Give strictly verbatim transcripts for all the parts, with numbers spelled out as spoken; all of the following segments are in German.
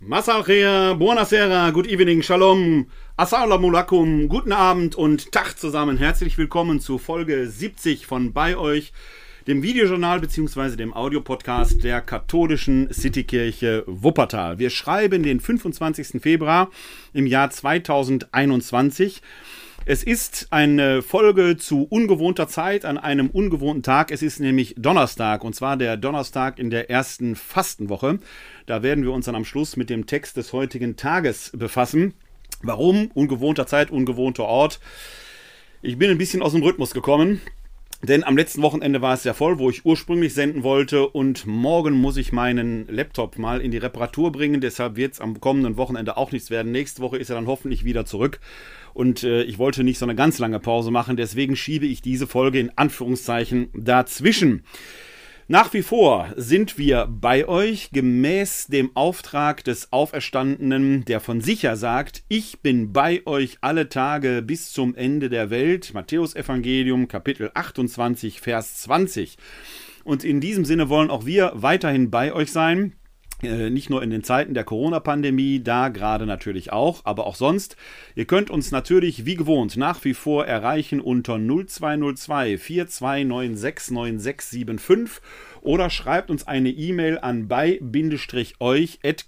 Masachea, buonasera, good evening, shalom, assalamu alaikum, guten Abend und Tag zusammen. Herzlich willkommen zu Folge siebzig von Bei euch, dem Videojournal bzw. dem Audiopodcast der katholischen Citykirche Wuppertal. Wir schreiben den fünfundzwanzigsten Februar im Jahr zweitausendeinundzwanzig. Es ist eine Folge zu ungewohnter Zeit an einem ungewohnten Tag. Es ist nämlich Donnerstag, und zwar der Donnerstag in der ersten Fastenwoche. Da werden wir uns dann am Schluss mit dem Text des heutigen Tages befassen. Warum? Ungewohnter Zeit, ungewohnter Ort. Ich bin ein bisschen aus dem Rhythmus gekommen, denn am letzten Wochenende war es sehr voll, wo ich ursprünglich senden wollte, und morgen muss ich meinen Laptop mal in die Reparatur bringen. Deshalb wird es am kommenden Wochenende auch nichts werden. Nächste Woche ist er dann hoffentlich wieder zurück. Und äh, ich wollte nicht so eine ganz lange Pause machen, deswegen schiebe ich diese Folge in Anführungszeichen dazwischen. Nach wie vor sind wir bei euch gemäß dem Auftrag des Auferstandenen, der von sich her sagt: Ich bin bei euch alle Tage bis zum Ende der Welt. Matthäus-Evangelium, Kapitel achtundzwanzig, Vers zwanzig. Und in diesem Sinne wollen auch wir weiterhin bei euch sein. Nicht nur in den Zeiten der Corona-Pandemie, da gerade natürlich auch, aber auch sonst. Ihr könnt uns natürlich wie gewohnt nach wie vor erreichen unter null zwei null zwei vier zwei neun sechs neun sechs sieben fünf oder schreibt uns eine E-Mail an bei-euch at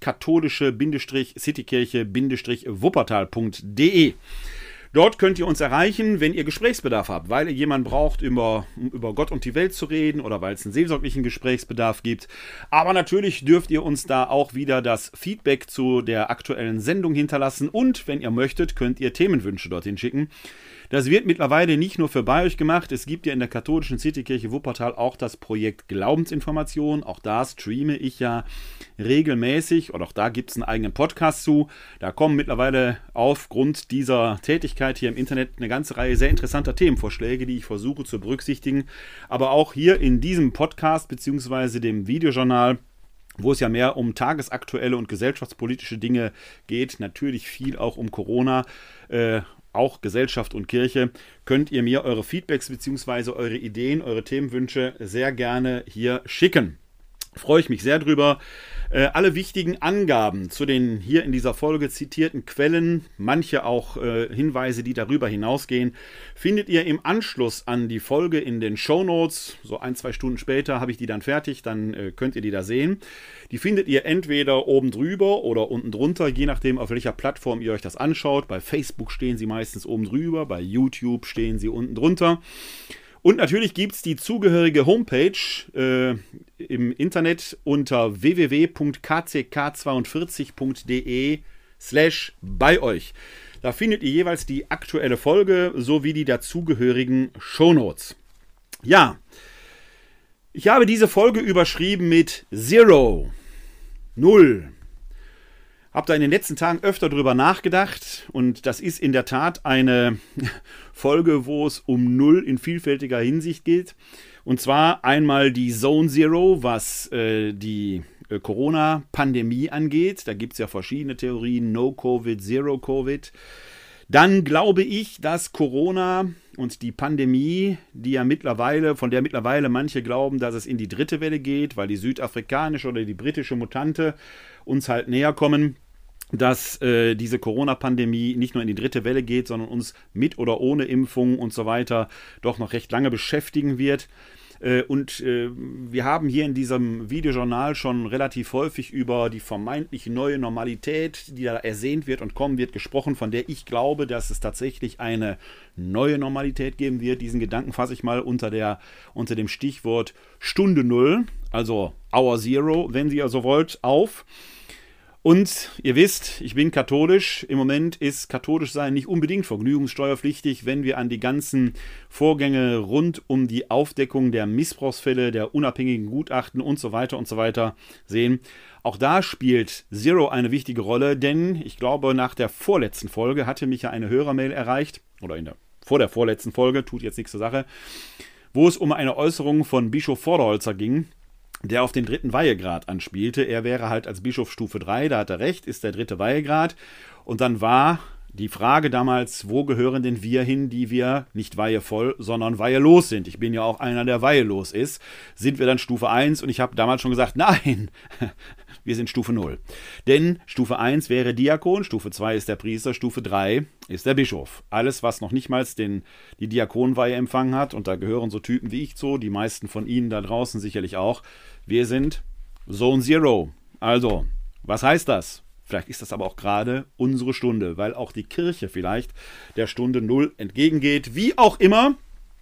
katholische-citykirche-wuppertal punkt de. Dort könnt ihr uns erreichen, wenn ihr Gesprächsbedarf habt, weil ihr jemanden braucht, über, über Gott und die Welt zu reden oder weil es einen seelsorglichen Gesprächsbedarf gibt. Aber natürlich dürft ihr uns da auch wieder das Feedback zu der aktuellen Sendung hinterlassen, und wenn ihr möchtet, könnt ihr Themenwünsche dorthin schicken. Das wird mittlerweile nicht nur für bei euch gemacht. Es gibt ja in der katholischen Citykirche Wuppertal auch das Projekt Glaubensinformation. Auch da streame ich ja regelmäßig, und auch da gibt es einen eigenen Podcast zu. Da kommen mittlerweile aufgrund dieser Tätigkeit hier im Internet eine ganze Reihe sehr interessanter Themenvorschläge, die ich versuche zu berücksichtigen. Aber auch hier in diesem Podcast bzw. dem Videojournal, wo es ja mehr um tagesaktuelle und gesellschaftspolitische Dinge geht, natürlich viel auch um Corona, äh, auch Gesellschaft und Kirche, könnt ihr mir eure Feedbacks bzw. eure Ideen, eure Themenwünsche sehr gerne hier schicken. Freue ich mich sehr drüber. Äh, alle wichtigen Angaben zu den hier in dieser Folge zitierten Quellen, manche auch äh, Hinweise, die darüber hinausgehen, findet ihr im Anschluss an die Folge in den Shownotes. So ein, zwei Stunden später habe ich die dann fertig, dann äh, könnt ihr die da sehen. Die findet ihr entweder oben drüber oder unten drunter, je nachdem, auf welcher Plattform ihr euch das anschaut. Bei Facebook stehen sie meistens oben drüber, bei YouTube stehen sie unten drunter. Und natürlich gibt es die zugehörige Homepage äh, im Internet unter w w w punkt k c k zweiundvierzig punkt de slash bei euch. Da findet ihr jeweils die aktuelle Folge sowie die dazugehörigen Shownotes. Ja, ich habe diese Folge überschrieben mit Zero, Null. Habe da in den letzten Tagen öfter drüber nachgedacht, und das ist in der Tat eine Folge, wo es um Null in vielfältiger Hinsicht geht. Und zwar einmal die Zone Zero, was äh, die äh, Corona-Pandemie angeht. Da gibt es ja verschiedene Theorien, No-Covid, Zero-Covid. Dann glaube ich, dass Corona und die Pandemie, die ja mittlerweile, von der mittlerweile manche glauben, dass es in die dritte Welle geht, weil die südafrikanische oder die britische Mutante uns halt näher kommen, dass äh, diese Corona-Pandemie nicht nur in die dritte Welle geht, sondern uns mit oder ohne Impfung und so weiter doch noch recht lange beschäftigen wird. Äh, und äh, wir haben hier in diesem Videojournal schon relativ häufig über die vermeintlich neue Normalität, die da ersehnt wird und kommen wird, gesprochen, von der ich glaube, dass es tatsächlich eine neue Normalität geben wird. Diesen Gedanken fasse ich mal unter, der, unter dem Stichwort Stunde Null, also Hour Zero, wenn ihr so wollt, auf. Und ihr wisst, ich bin katholisch. Im Moment ist katholisch sein nicht unbedingt vergnügungssteuerpflichtig, wenn wir an die ganzen Vorgänge rund um die Aufdeckung der Missbrauchsfälle, der unabhängigen Gutachten und so weiter und so weiter sehen. Auch da spielt Zero eine wichtige Rolle, denn ich glaube, nach der vorletzten Folge hatte mich ja eine Hörermail erreicht, oder in der, vor der vorletzten Folge, tut jetzt nichts zur Sache, wo es um eine Äußerung von Bischof Vorderholzer ging, der auf den dritten Weihegrad anspielte. Er wäre halt als Bischof Stufe drei, da hat er recht, ist der dritte Weihegrad. Und dann war die Frage damals, wo gehören denn wir hin, die wir nicht weihevoll, sondern weihelos sind? Ich bin ja auch einer, der weihelos ist. Sind wir dann Stufe eins? Und ich habe damals schon gesagt, nein, Wir sind Stufe null. Denn Stufe eins wäre Diakon, Stufe zwei ist der Priester, Stufe drei ist der Bischof. Alles, was noch nicht mal den, die Diakonweihe empfangen hat, und da gehören so Typen wie ich zu, die meisten von Ihnen da draußen sicherlich auch, wir sind Zone Zero. Also, was heißt das? Vielleicht ist das aber auch gerade unsere Stunde, weil auch die Kirche vielleicht der Stunde Null entgegengeht. Wie auch immer,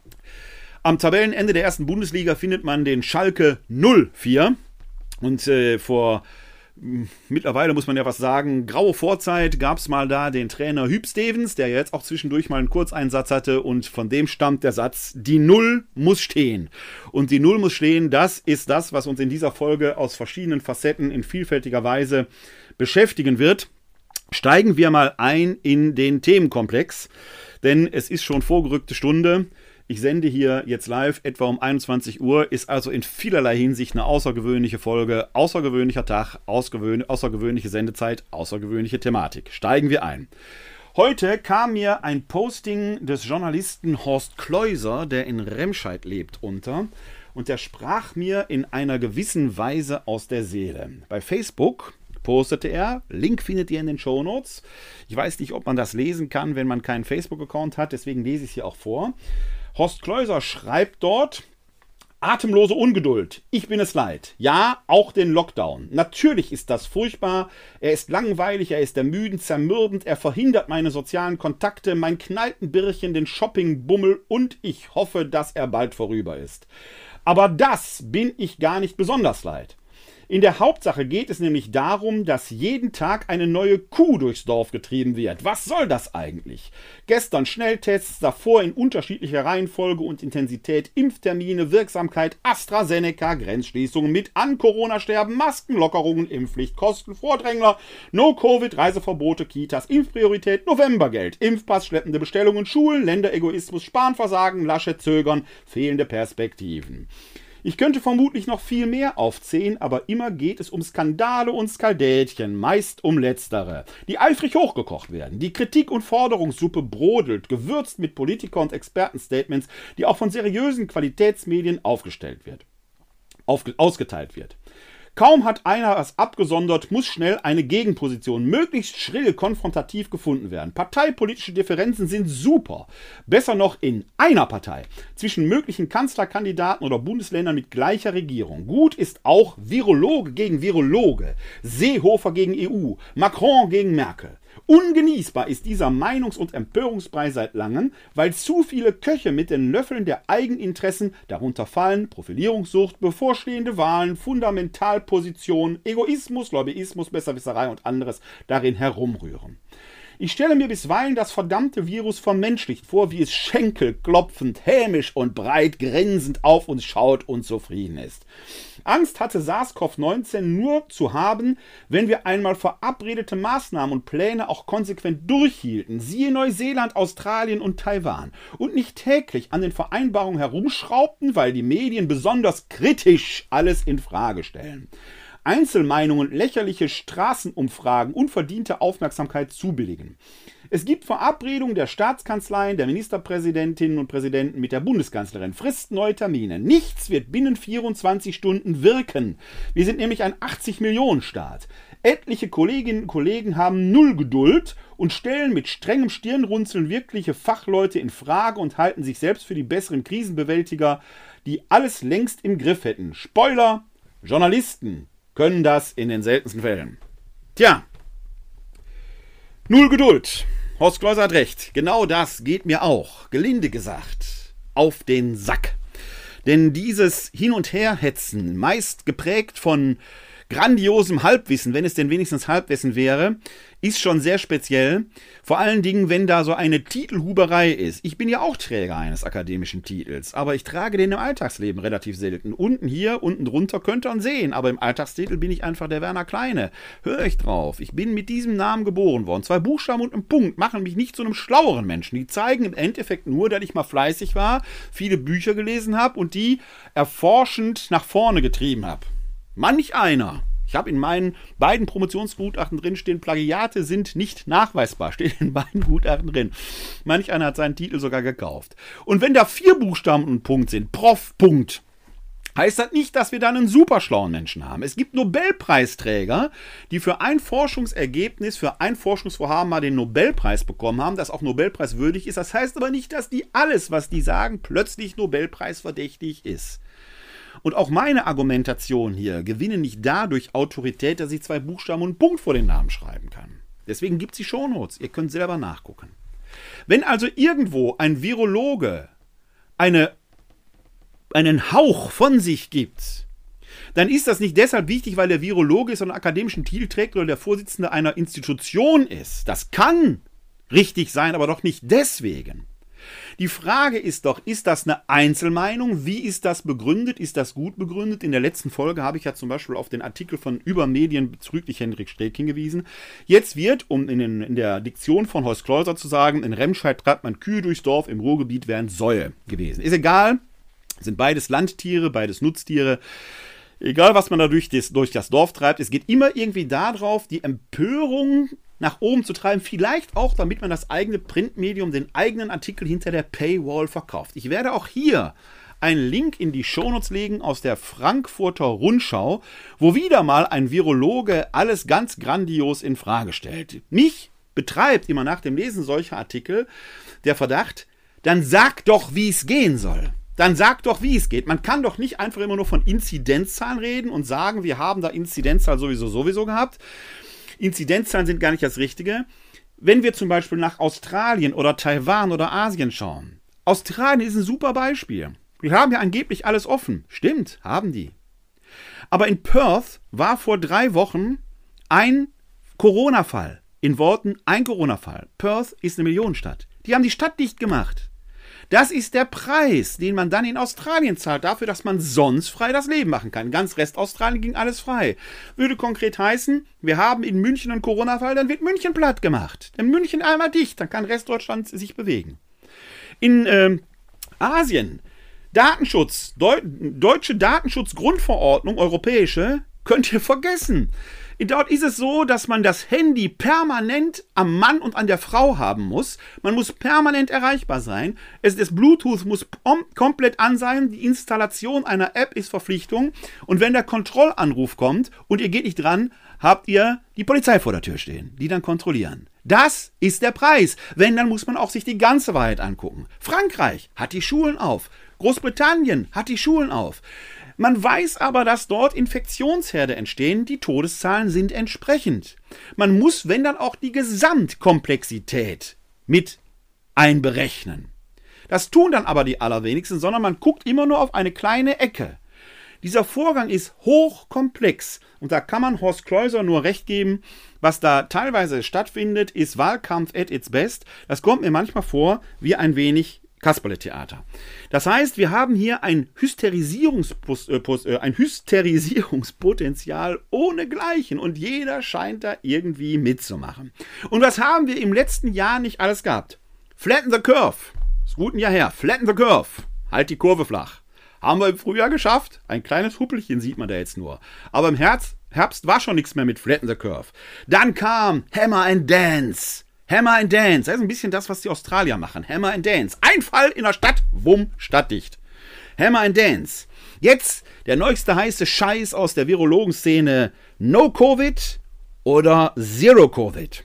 am Tabellenende der ersten Bundesliga findet man den Schalke null vier. Und äh, vor m, mittlerweile muss man ja was sagen, graue Vorzeit gab es mal da den Trainer Huub Stevens, der jetzt auch zwischendurch mal einen Kurzeinsatz hatte, und von dem stammt der Satz, die Null muss stehen. Und die Null muss stehen, das ist das, was uns in dieser Folge aus verschiedenen Facetten in vielfältiger Weise beschäftigen wird. Steigen wir mal ein in den Themenkomplex, denn es ist schon vorgerückte Stunde. Ich sende hier jetzt live etwa um einundzwanzig Uhr, ist also in vielerlei Hinsicht eine außergewöhnliche Folge, außergewöhnlicher Tag, außergewöhn- außergewöhnliche Sendezeit, außergewöhnliche Thematik. Steigen wir ein. Heute kam mir ein Posting des Journalisten Horst Kleuser, der in Remscheid lebt, unter, und der sprach mir in einer gewissen Weise aus der Seele. Bei Facebook postete er, Link findet ihr in den Shownotes. Ich weiß nicht, ob man das lesen kann, wenn man keinen Facebook-Account hat, deswegen lese ich es hier auch vor. Horst Kleuser schreibt dort: Atemlose Ungeduld. Ich bin es leid. Ja, auch den Lockdown. Natürlich ist das furchtbar. Er ist langweilig, er ist ermüdend, zermürbend, er verhindert meine sozialen Kontakte, mein Kneipenbirchen, den Shoppingbummel, und ich hoffe, dass er bald vorüber ist. Aber das bin ich gar nicht besonders leid. In der Hauptsache geht es nämlich darum, dass jeden Tag eine neue Kuh durchs Dorf getrieben wird. Was soll das eigentlich? Gestern Schnelltests, davor in unterschiedlicher Reihenfolge und Intensität Impftermine, Wirksamkeit, AstraZeneca, Grenzschließungen mit An-Corona-Sterben, Maskenlockerungen, Impfpflicht, Kosten, Vordrängler, No-Covid, Reiseverbote, Kitas, Impfpriorität, Novembergeld, Impfpass, schleppende Bestellungen, Schulen, Länderegoismus, Spanversagen, Laschet zögern, fehlende Perspektiven. Ich könnte vermutlich noch viel mehr aufzählen, aber immer geht es um Skandale und Skaldädchen, meist um Letztere, die eifrig hochgekocht werden. Die Kritik- und Forderungssuppe brodelt, gewürzt mit Politiker- und Expertenstatements, die auch von seriösen Qualitätsmedien aufgestellt wird, aufge- ausgeteilt wird. Kaum hat einer es abgesondert, muss schnell eine Gegenposition, möglichst schrill konfrontativ gefunden werden. Parteipolitische Differenzen sind super. Besser noch in einer Partei. Zwischen möglichen Kanzlerkandidaten oder Bundesländern mit gleicher Regierung. Gut ist auch Virologe gegen Virologe. Seehofer gegen E U. Macron gegen Merkel. Ungenießbar ist dieser Meinungs- und Empörungsbrei seit langem, weil zu viele Köche mit den Löffeln der Eigeninteressen, darunter fallen Profilierungssucht, bevorstehende Wahlen, Fundamentalpositionen, Egoismus, Lobbyismus, Besserwisserei und anderes darin herumrühren. Ich stelle mir bisweilen das verdammte Virus vermenschlicht vor, wie es schenkelklopfend, hämisch und breit grinsend auf uns schaut und zufrieden ist. Angst hatte SARS-CoV neunzehn nur zu haben, wenn wir einmal verabredete Maßnahmen und Pläne auch konsequent durchhielten, siehe Neuseeland, Australien und Taiwan, und nicht täglich an den Vereinbarungen herumschraubten, weil die Medien besonders kritisch alles in Frage stellen. Einzelmeinungen, lächerliche Straßenumfragen, unverdiente Aufmerksamkeit zubilligen. Es gibt Verabredungen der Staatskanzleien, der Ministerpräsidentinnen und Präsidenten mit der Bundeskanzlerin. Frist neue Termine. Nichts wird binnen vierundzwanzig Stunden wirken. Wir sind nämlich ein achtzig-Millionen-Staat. Etliche Kolleginnen und Kollegen haben null Geduld und stellen mit strengem Stirnrunzeln wirkliche Fachleute in Frage und halten sich selbst für die besseren Krisenbewältiger, die alles längst im Griff hätten. Spoiler: Journalisten können das in den seltensten Fällen. Tja, null Geduld. Horst Kleuser hat recht. Genau das geht mir auch, gelinde gesagt, auf den Sack. Denn dieses Hin- und Herhetzen, meist geprägt von grandiosem Halbwissen, wenn es denn wenigstens Halbwissen wäre, ist schon sehr speziell. Vor allen Dingen, wenn da so eine Titelhuberei ist. Ich bin ja auch Träger eines akademischen Titels, aber ich trage den im Alltagsleben relativ selten. Unten hier, unten drunter könnt ihr ihn sehen, aber im Alltagstitel bin ich einfach der Werner Kleine. Hör ich drauf. Ich bin mit diesem Namen geboren worden. Zwei Buchstaben und ein Punkt machen mich nicht zu einem schlaueren Menschen. Die zeigen im Endeffekt nur, dass ich mal fleißig war, viele Bücher gelesen habe und die erforschend nach vorne getrieben habe. Manch einer. Ich habe in meinen beiden Promotionsgutachten drin stehen, Plagiate sind nicht nachweisbar. Steht in beiden Gutachten drin. Manch einer hat seinen Titel sogar gekauft. Und wenn da vier Buchstaben und ein Punkt sind, Prof. Punkt, heißt das nicht, dass wir dann einen super schlauen Menschen haben. Es gibt Nobelpreisträger, die für ein Forschungsergebnis, für ein Forschungsvorhaben mal den Nobelpreis bekommen haben, das auch Nobelpreiswürdig ist. Das heißt aber nicht, dass die alles, was die sagen, plötzlich Nobelpreisverdächtig ist. Und auch meine Argumentation hier gewinne nicht dadurch Autorität, dass ich zwei Buchstaben und einen Punkt vor den Namen schreiben kann. Deswegen gibt es die Shownotes. Ihr könnt selber nachgucken. Wenn also irgendwo ein Virologe eine einen Hauch von sich gibt, dann ist das nicht deshalb wichtig, weil der Virologe ist und einen akademischen Titel trägt oder der Vorsitzende einer Institution ist. Das kann richtig sein, aber doch nicht deswegen. Die Frage ist doch, ist das eine Einzelmeinung? Wie ist das begründet? Ist das gut begründet? In der letzten Folge habe ich ja zum Beispiel auf den Artikel von Übermedien bezüglich Hendrik Streeck hingewiesen. Jetzt wird, um in, den, in der Diktion von Horst Kleuser zu sagen, in Remscheid treibt man Kühe durchs Dorf, im Ruhrgebiet wären Säue gewesen. Ist egal. Sind beides Landtiere, beides Nutztiere. Egal, was man da durch das, durch das Dorf treibt, es geht immer irgendwie darauf, die Empörung nach oben zu treiben. Vielleicht auch, damit man das eigene Printmedium, den eigenen Artikel hinter der Paywall verkauft. Ich werde auch hier einen Link in die Shownotes legen aus der Frankfurter Rundschau, wo wieder mal ein Virologe alles ganz grandios in Frage stellt. Mich betreibt immer nach dem Lesen solcher Artikel der Verdacht, dann sag doch, wie es gehen soll. Dann sag doch, wie es geht. Man kann doch nicht einfach immer nur von Inzidenzzahlen reden und sagen, wir haben da Inzidenzzahlen sowieso sowieso gehabt. Inzidenzzahlen sind gar nicht das Richtige. Wenn wir zum Beispiel nach Australien oder Taiwan oder Asien schauen. Australien ist ein super Beispiel. Wir haben ja angeblich alles offen. Stimmt, haben die. Aber in Perth war vor drei Wochen ein Corona-Fall. In Worten ein Corona-Fall. Perth ist eine Millionenstadt. Die haben die Stadt dicht gemacht. Das ist der Preis, den man dann in Australien zahlt, dafür, dass man sonst frei das Leben machen kann. Ganz Rest Australien ging alles frei. Würde konkret heißen, wir haben in München einen Corona-Fall, dann wird München platt gemacht. Dann München einmal dicht, dann kann Rest Deutschland sich bewegen. In ähm, Asien, Datenschutz, Deu- deutsche Datenschutzgrundverordnung, europäische, könnt ihr vergessen. Dort ist es so, dass man das Handy permanent am Mann und an der Frau haben muss. Man muss permanent erreichbar sein. Es, das Bluetooth muss kom- komplett an sein. Die Installation einer App ist Verpflichtung. Und wenn der Kontrollanruf kommt und ihr geht nicht dran, habt ihr die Polizei vor der Tür stehen, die dann kontrollieren. Das ist der Preis. Wenn, dann muss man auch sich die ganze Wahrheit angucken. Frankreich hat die Schulen auf. Großbritannien hat die Schulen auf. Man weiß aber, dass dort Infektionsherde entstehen, die Todeszahlen sind entsprechend. Man muss, wenn dann auch die Gesamtkomplexität mit einberechnen. Das tun dann aber die allerwenigsten, sondern man guckt immer nur auf eine kleine Ecke. Dieser Vorgang ist hochkomplex und da kann man Horst Kleuser nur recht geben. Was da teilweise stattfindet, ist Wahlkampf at its best. Das kommt mir manchmal vor wie ein wenig Kasperle-Theater. Das heißt, wir haben hier ein, Hysterisierungspos- äh, ein Hysterisierungspotenzial ohnegleichen und jeder scheint da irgendwie mitzumachen. Und was haben wir im letzten Jahr nicht alles gehabt? Flatten the curve. Ist gut ein Jahr her. Flatten the curve. Halt die Kurve flach. Haben wir im Frühjahr geschafft. Ein kleines Huppelchen sieht man da jetzt nur. Aber im Herbst, Herbst war schon nichts mehr mit Flatten the curve. Dann kam Hammer and Dance. Hammer and Dance, das ist ein bisschen das, was die Australier machen. Hammer and Dance. Ein Fall in der Stadt, wumm, stadtdicht. Hammer and Dance. Jetzt der neueste heiße Scheiß aus der Virologenszene. No-Covid oder Zero-Covid.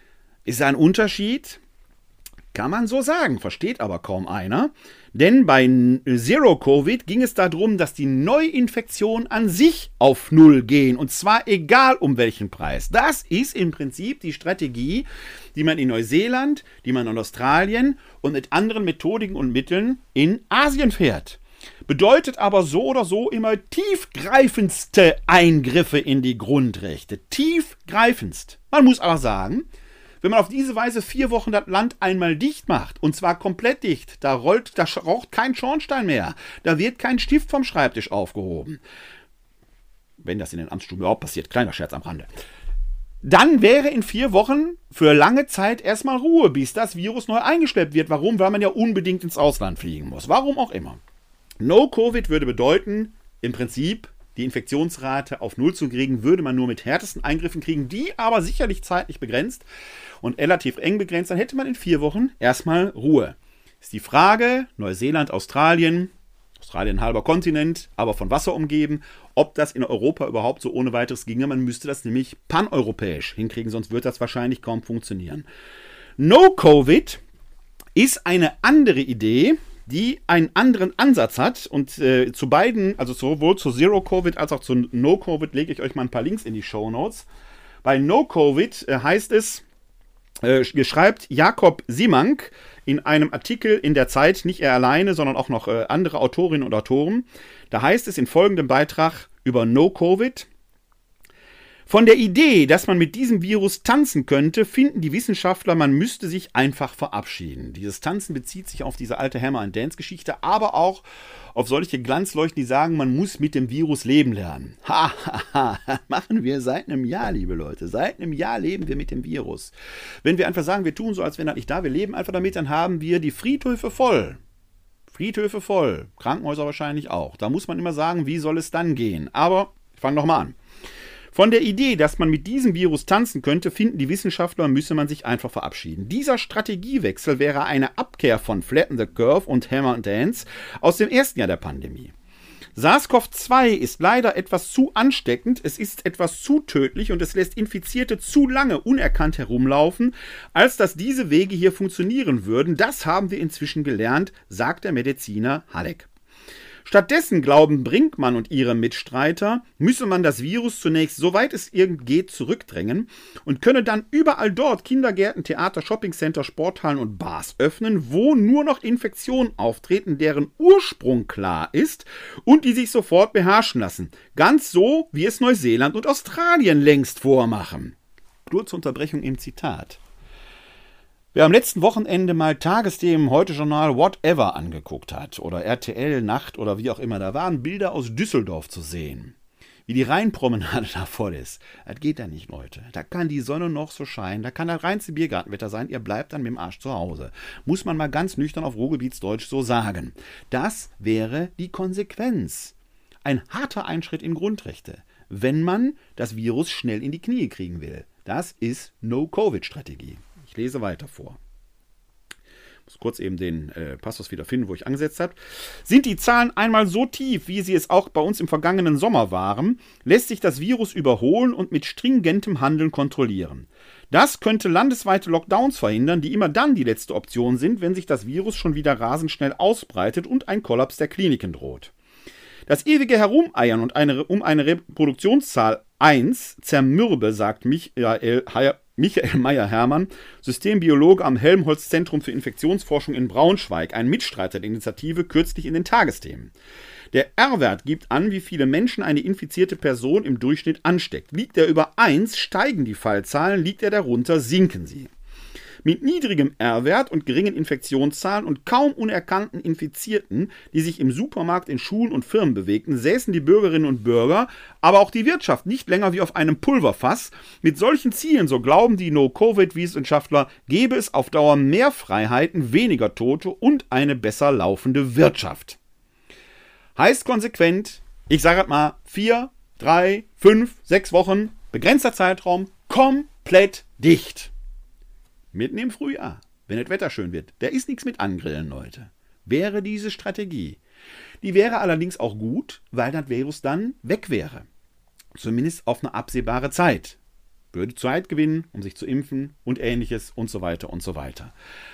Ist ein Unterschied? Kann man so sagen, versteht aber kaum einer. Denn bei Zero-Covid ging es darum, dass die Neuinfektionen an sich auf Null gehen. Und zwar egal um welchen Preis. Das ist im Prinzip die Strategie, die man in Neuseeland, die man in Australien und mit anderen Methodiken und Mitteln in Asien fährt. Bedeutet aber so oder so immer tiefgreifendste Eingriffe in die Grundrechte. Tiefgreifendst. Man muss aber sagen, wenn man auf diese Weise vier Wochen das Land einmal dicht macht, und zwar komplett dicht, da rollt, da raucht kein Schornstein mehr, da wird kein Stift vom Schreibtisch aufgehoben. Wenn das in den Amtsstuben überhaupt passiert, kleiner Scherz am Rande. Dann wäre in vier Wochen für lange Zeit erstmal Ruhe, bis das Virus neu eingeschleppt wird. Warum? Weil man ja unbedingt ins Ausland fliegen muss. Warum auch immer. No-Covid würde bedeuten, im Prinzip die Infektionsrate auf Null zu kriegen, würde man nur mit härtesten Eingriffen kriegen, die aber sicherlich zeitlich begrenzt und relativ eng begrenzt. Dann hätte man in vier Wochen erstmal Ruhe. Ist die Frage, Neuseeland, Australien, Australien ein halber Kontinent, aber von Wasser umgeben. Ob das in Europa überhaupt so ohne weiteres ginge, man müsste das nämlich paneuropäisch hinkriegen, sonst wird das wahrscheinlich kaum funktionieren. No-Covid ist eine andere Idee, die einen anderen Ansatz hat. Und äh, zu beiden, also sowohl zu Zero-Covid als auch zu No-Covid, lege ich euch mal ein paar Links in die Shownotes. Bei No-Covid äh, heißt es, äh, schreibt Jakob Simank in einem Artikel in der Zeit, nicht er alleine, sondern auch noch äh, andere Autorinnen und Autoren. Da heißt es in folgendem Beitrag über No-Covid: Von der Idee, dass man mit diesem Virus tanzen könnte, finden die Wissenschaftler, man müsste sich einfach verabschieden. Dieses Tanzen bezieht sich auf diese alte Hammer-and-Dance-Geschichte, aber auch auf solche Glanzleuchten, die sagen, man muss mit dem Virus leben lernen. Ha, ha, ha, machen wir seit einem Jahr, liebe Leute. Seit einem Jahr leben wir mit dem Virus. Wenn wir einfach sagen, wir tun so, als wäre das nicht da, wir leben einfach damit, dann haben wir die Friedhöfe voll. Friedhöfe voll. Krankenhäuser wahrscheinlich auch. Da muss man immer sagen, wie soll es dann gehen? Aber ich fange nochmal an. Von der Idee, dass man mit diesem Virus tanzen könnte, finden die Wissenschaftler, müsse man sich einfach verabschieden. Dieser Strategiewechsel wäre eine Abkehr von Flatten the Curve und Hammer and Dance aus dem ersten Jahr der Pandemie. SARS-CoV zwei ist leider etwas zu ansteckend, es ist etwas zu tödlich und es lässt Infizierte zu lange unerkannt herumlaufen, als dass diese Wege hier funktionieren würden. Das haben wir inzwischen gelernt, sagt der Mediziner Halleck. Stattdessen glauben Brinkmann und ihre Mitstreiter, müsse man das Virus zunächst, soweit es irgend geht, zurückdrängen und könne dann überall dort Kindergärten, Theater, Shoppingcenter, Sporthallen und Bars öffnen, wo nur noch Infektionen auftreten, deren Ursprung klar ist und die sich sofort beherrschen lassen. Ganz so, wie es Neuseeland und Australien längst vormachen. Kurze Unterbrechung im Zitat. Wer am letzten Wochenende mal Tagesthemen, Heute-Journal, whatever angeguckt hat oder R T L, Nacht oder wie auch immer, da waren Bilder aus Düsseldorf zu sehen. Wie die Rheinpromenade da voll ist. Das geht da nicht, Leute. Da kann die Sonne noch so scheinen, da kann das reinste Biergartenwetter sein, ihr bleibt dann mit dem Arsch zu Hause. Muss man mal ganz nüchtern auf Ruhrgebietsdeutsch so sagen. Das wäre die Konsequenz. Ein harter Einschritt in Grundrechte, wenn man das Virus schnell in die Knie kriegen will. Das ist No-Covid-Strategie. Ich lese weiter vor. Ich muss kurz eben den äh, Passus wieder finden, wo ich angesetzt habe. Sind die Zahlen einmal so tief, wie sie es auch bei uns im vergangenen Sommer waren, lässt sich das Virus überholen und mit stringentem Handeln kontrollieren. Das könnte landesweite Lockdowns verhindern, die immer dann die letzte Option sind, wenn sich das Virus schon wieder rasend schnell ausbreitet und ein Kollaps der Kliniken droht. Das ewige Herumeiern und eine, um eine Reproduktionszahl eins zermürbe, sagt Michael Heyer, Michael Meyer-Hermann, Systembiologe am Helmholtz-Zentrum für Infektionsforschung in Braunschweig, ein Mitstreiter der Initiative, kürzlich in den Tagesthemen. Der R-Wert gibt an, wie viele Menschen eine infizierte Person im Durchschnitt ansteckt. Liegt er über eins, steigen die Fallzahlen, liegt er darunter, sinken sie. Mit niedrigem R-Wert und geringen Infektionszahlen und kaum unerkannten Infizierten, die sich im Supermarkt, in Schulen und Firmen bewegten, säßen die Bürgerinnen und Bürger, aber auch die Wirtschaft nicht länger wie auf einem Pulverfass. Mit solchen Zielen, so glauben die No-Covid-Wissenschaftler, gäbe es auf Dauer mehr Freiheiten, weniger Tote und eine besser laufende Wirtschaft. Heißt konsequent, ich sage mal, vier, drei, fünf, sechs Wochen, begrenzter Zeitraum, komplett dicht. Mitten im Frühjahr, wenn das Wetter schön wird. Da ist nichts mit Angrillen, Leute. Wäre diese Strategie. Die wäre allerdings auch gut, weil das Virus dann weg wäre. Zumindest auf eine absehbare Zeit. Würde Zeit gewinnen, um sich zu impfen und Ähnliches und so weiter und so weiter.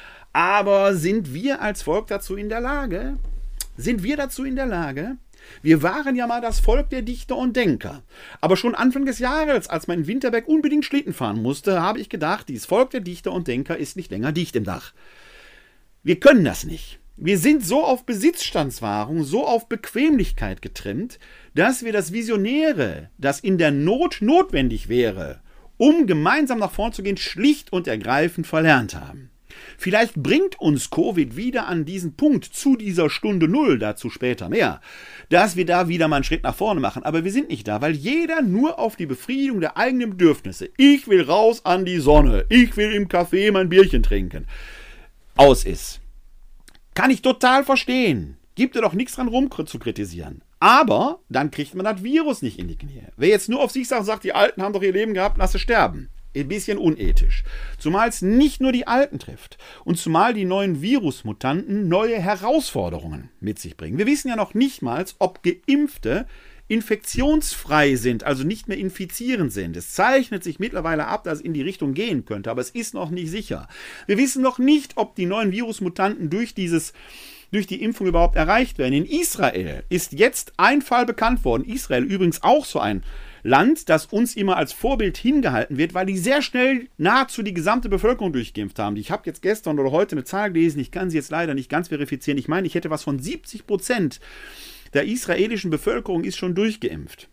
Aber sind wir als Volk dazu in der Lage? Sind wir dazu in der Lage? Wir waren ja mal das Volk der Dichter und Denker. Aber schon Anfang des Jahres, als man in Winterberg unbedingt Schlitten fahren musste, habe ich gedacht, dieses Volk der Dichter und Denker ist nicht länger dicht im Dach. Wir können das nicht. Wir sind so auf Besitzstandswahrung, so auf Bequemlichkeit getrimmt, dass wir das Visionäre, das in der Not notwendig wäre, um gemeinsam nach vorn zu gehen, schlicht und ergreifend verlernt haben. Vielleicht bringt uns Covid wieder an diesen Punkt zu dieser Stunde Null, dazu später mehr, dass wir da wieder mal einen Schritt nach vorne machen. Aber wir sind nicht da, weil jeder nur auf die Befriedigung der eigenen Bedürfnisse, ich will raus an die Sonne, ich will im Café mein Bierchen trinken, aus ist. Kann ich total verstehen. Gibt er doch nichts dran rum zu kritisieren. Aber dann kriegt man das Virus nicht in die Knie. Wer jetzt nur auf sich sagt, sagt, die Alten haben doch ihr Leben gehabt, lass sie sterben. ein bisschen unethisch. Zumal es nicht nur die Alten trifft und zumal die neuen Virusmutanten neue Herausforderungen mit sich bringen. Wir wissen ja noch nicht mal, ob Geimpfte infektionsfrei sind, also nicht mehr infizierend sind. Es zeichnet sich mittlerweile ab, dass es in die Richtung gehen könnte, aber es ist noch nicht sicher. Wir wissen noch nicht, ob die neuen Virusmutanten durch dieses durch die Impfung überhaupt erreicht werden. In Israel ist jetzt ein Fall bekannt worden. Israel übrigens auch so ein Land, das uns immer als Vorbild hingehalten wird, weil die sehr schnell nahezu die gesamte Bevölkerung durchgeimpft haben. Ich habe jetzt gestern oder heute eine Zahl gelesen, ich kann sie jetzt leider nicht ganz verifizieren. Ich meine, ich hätte was von siebzig Prozent der israelischen Bevölkerung ist schon durchgeimpft.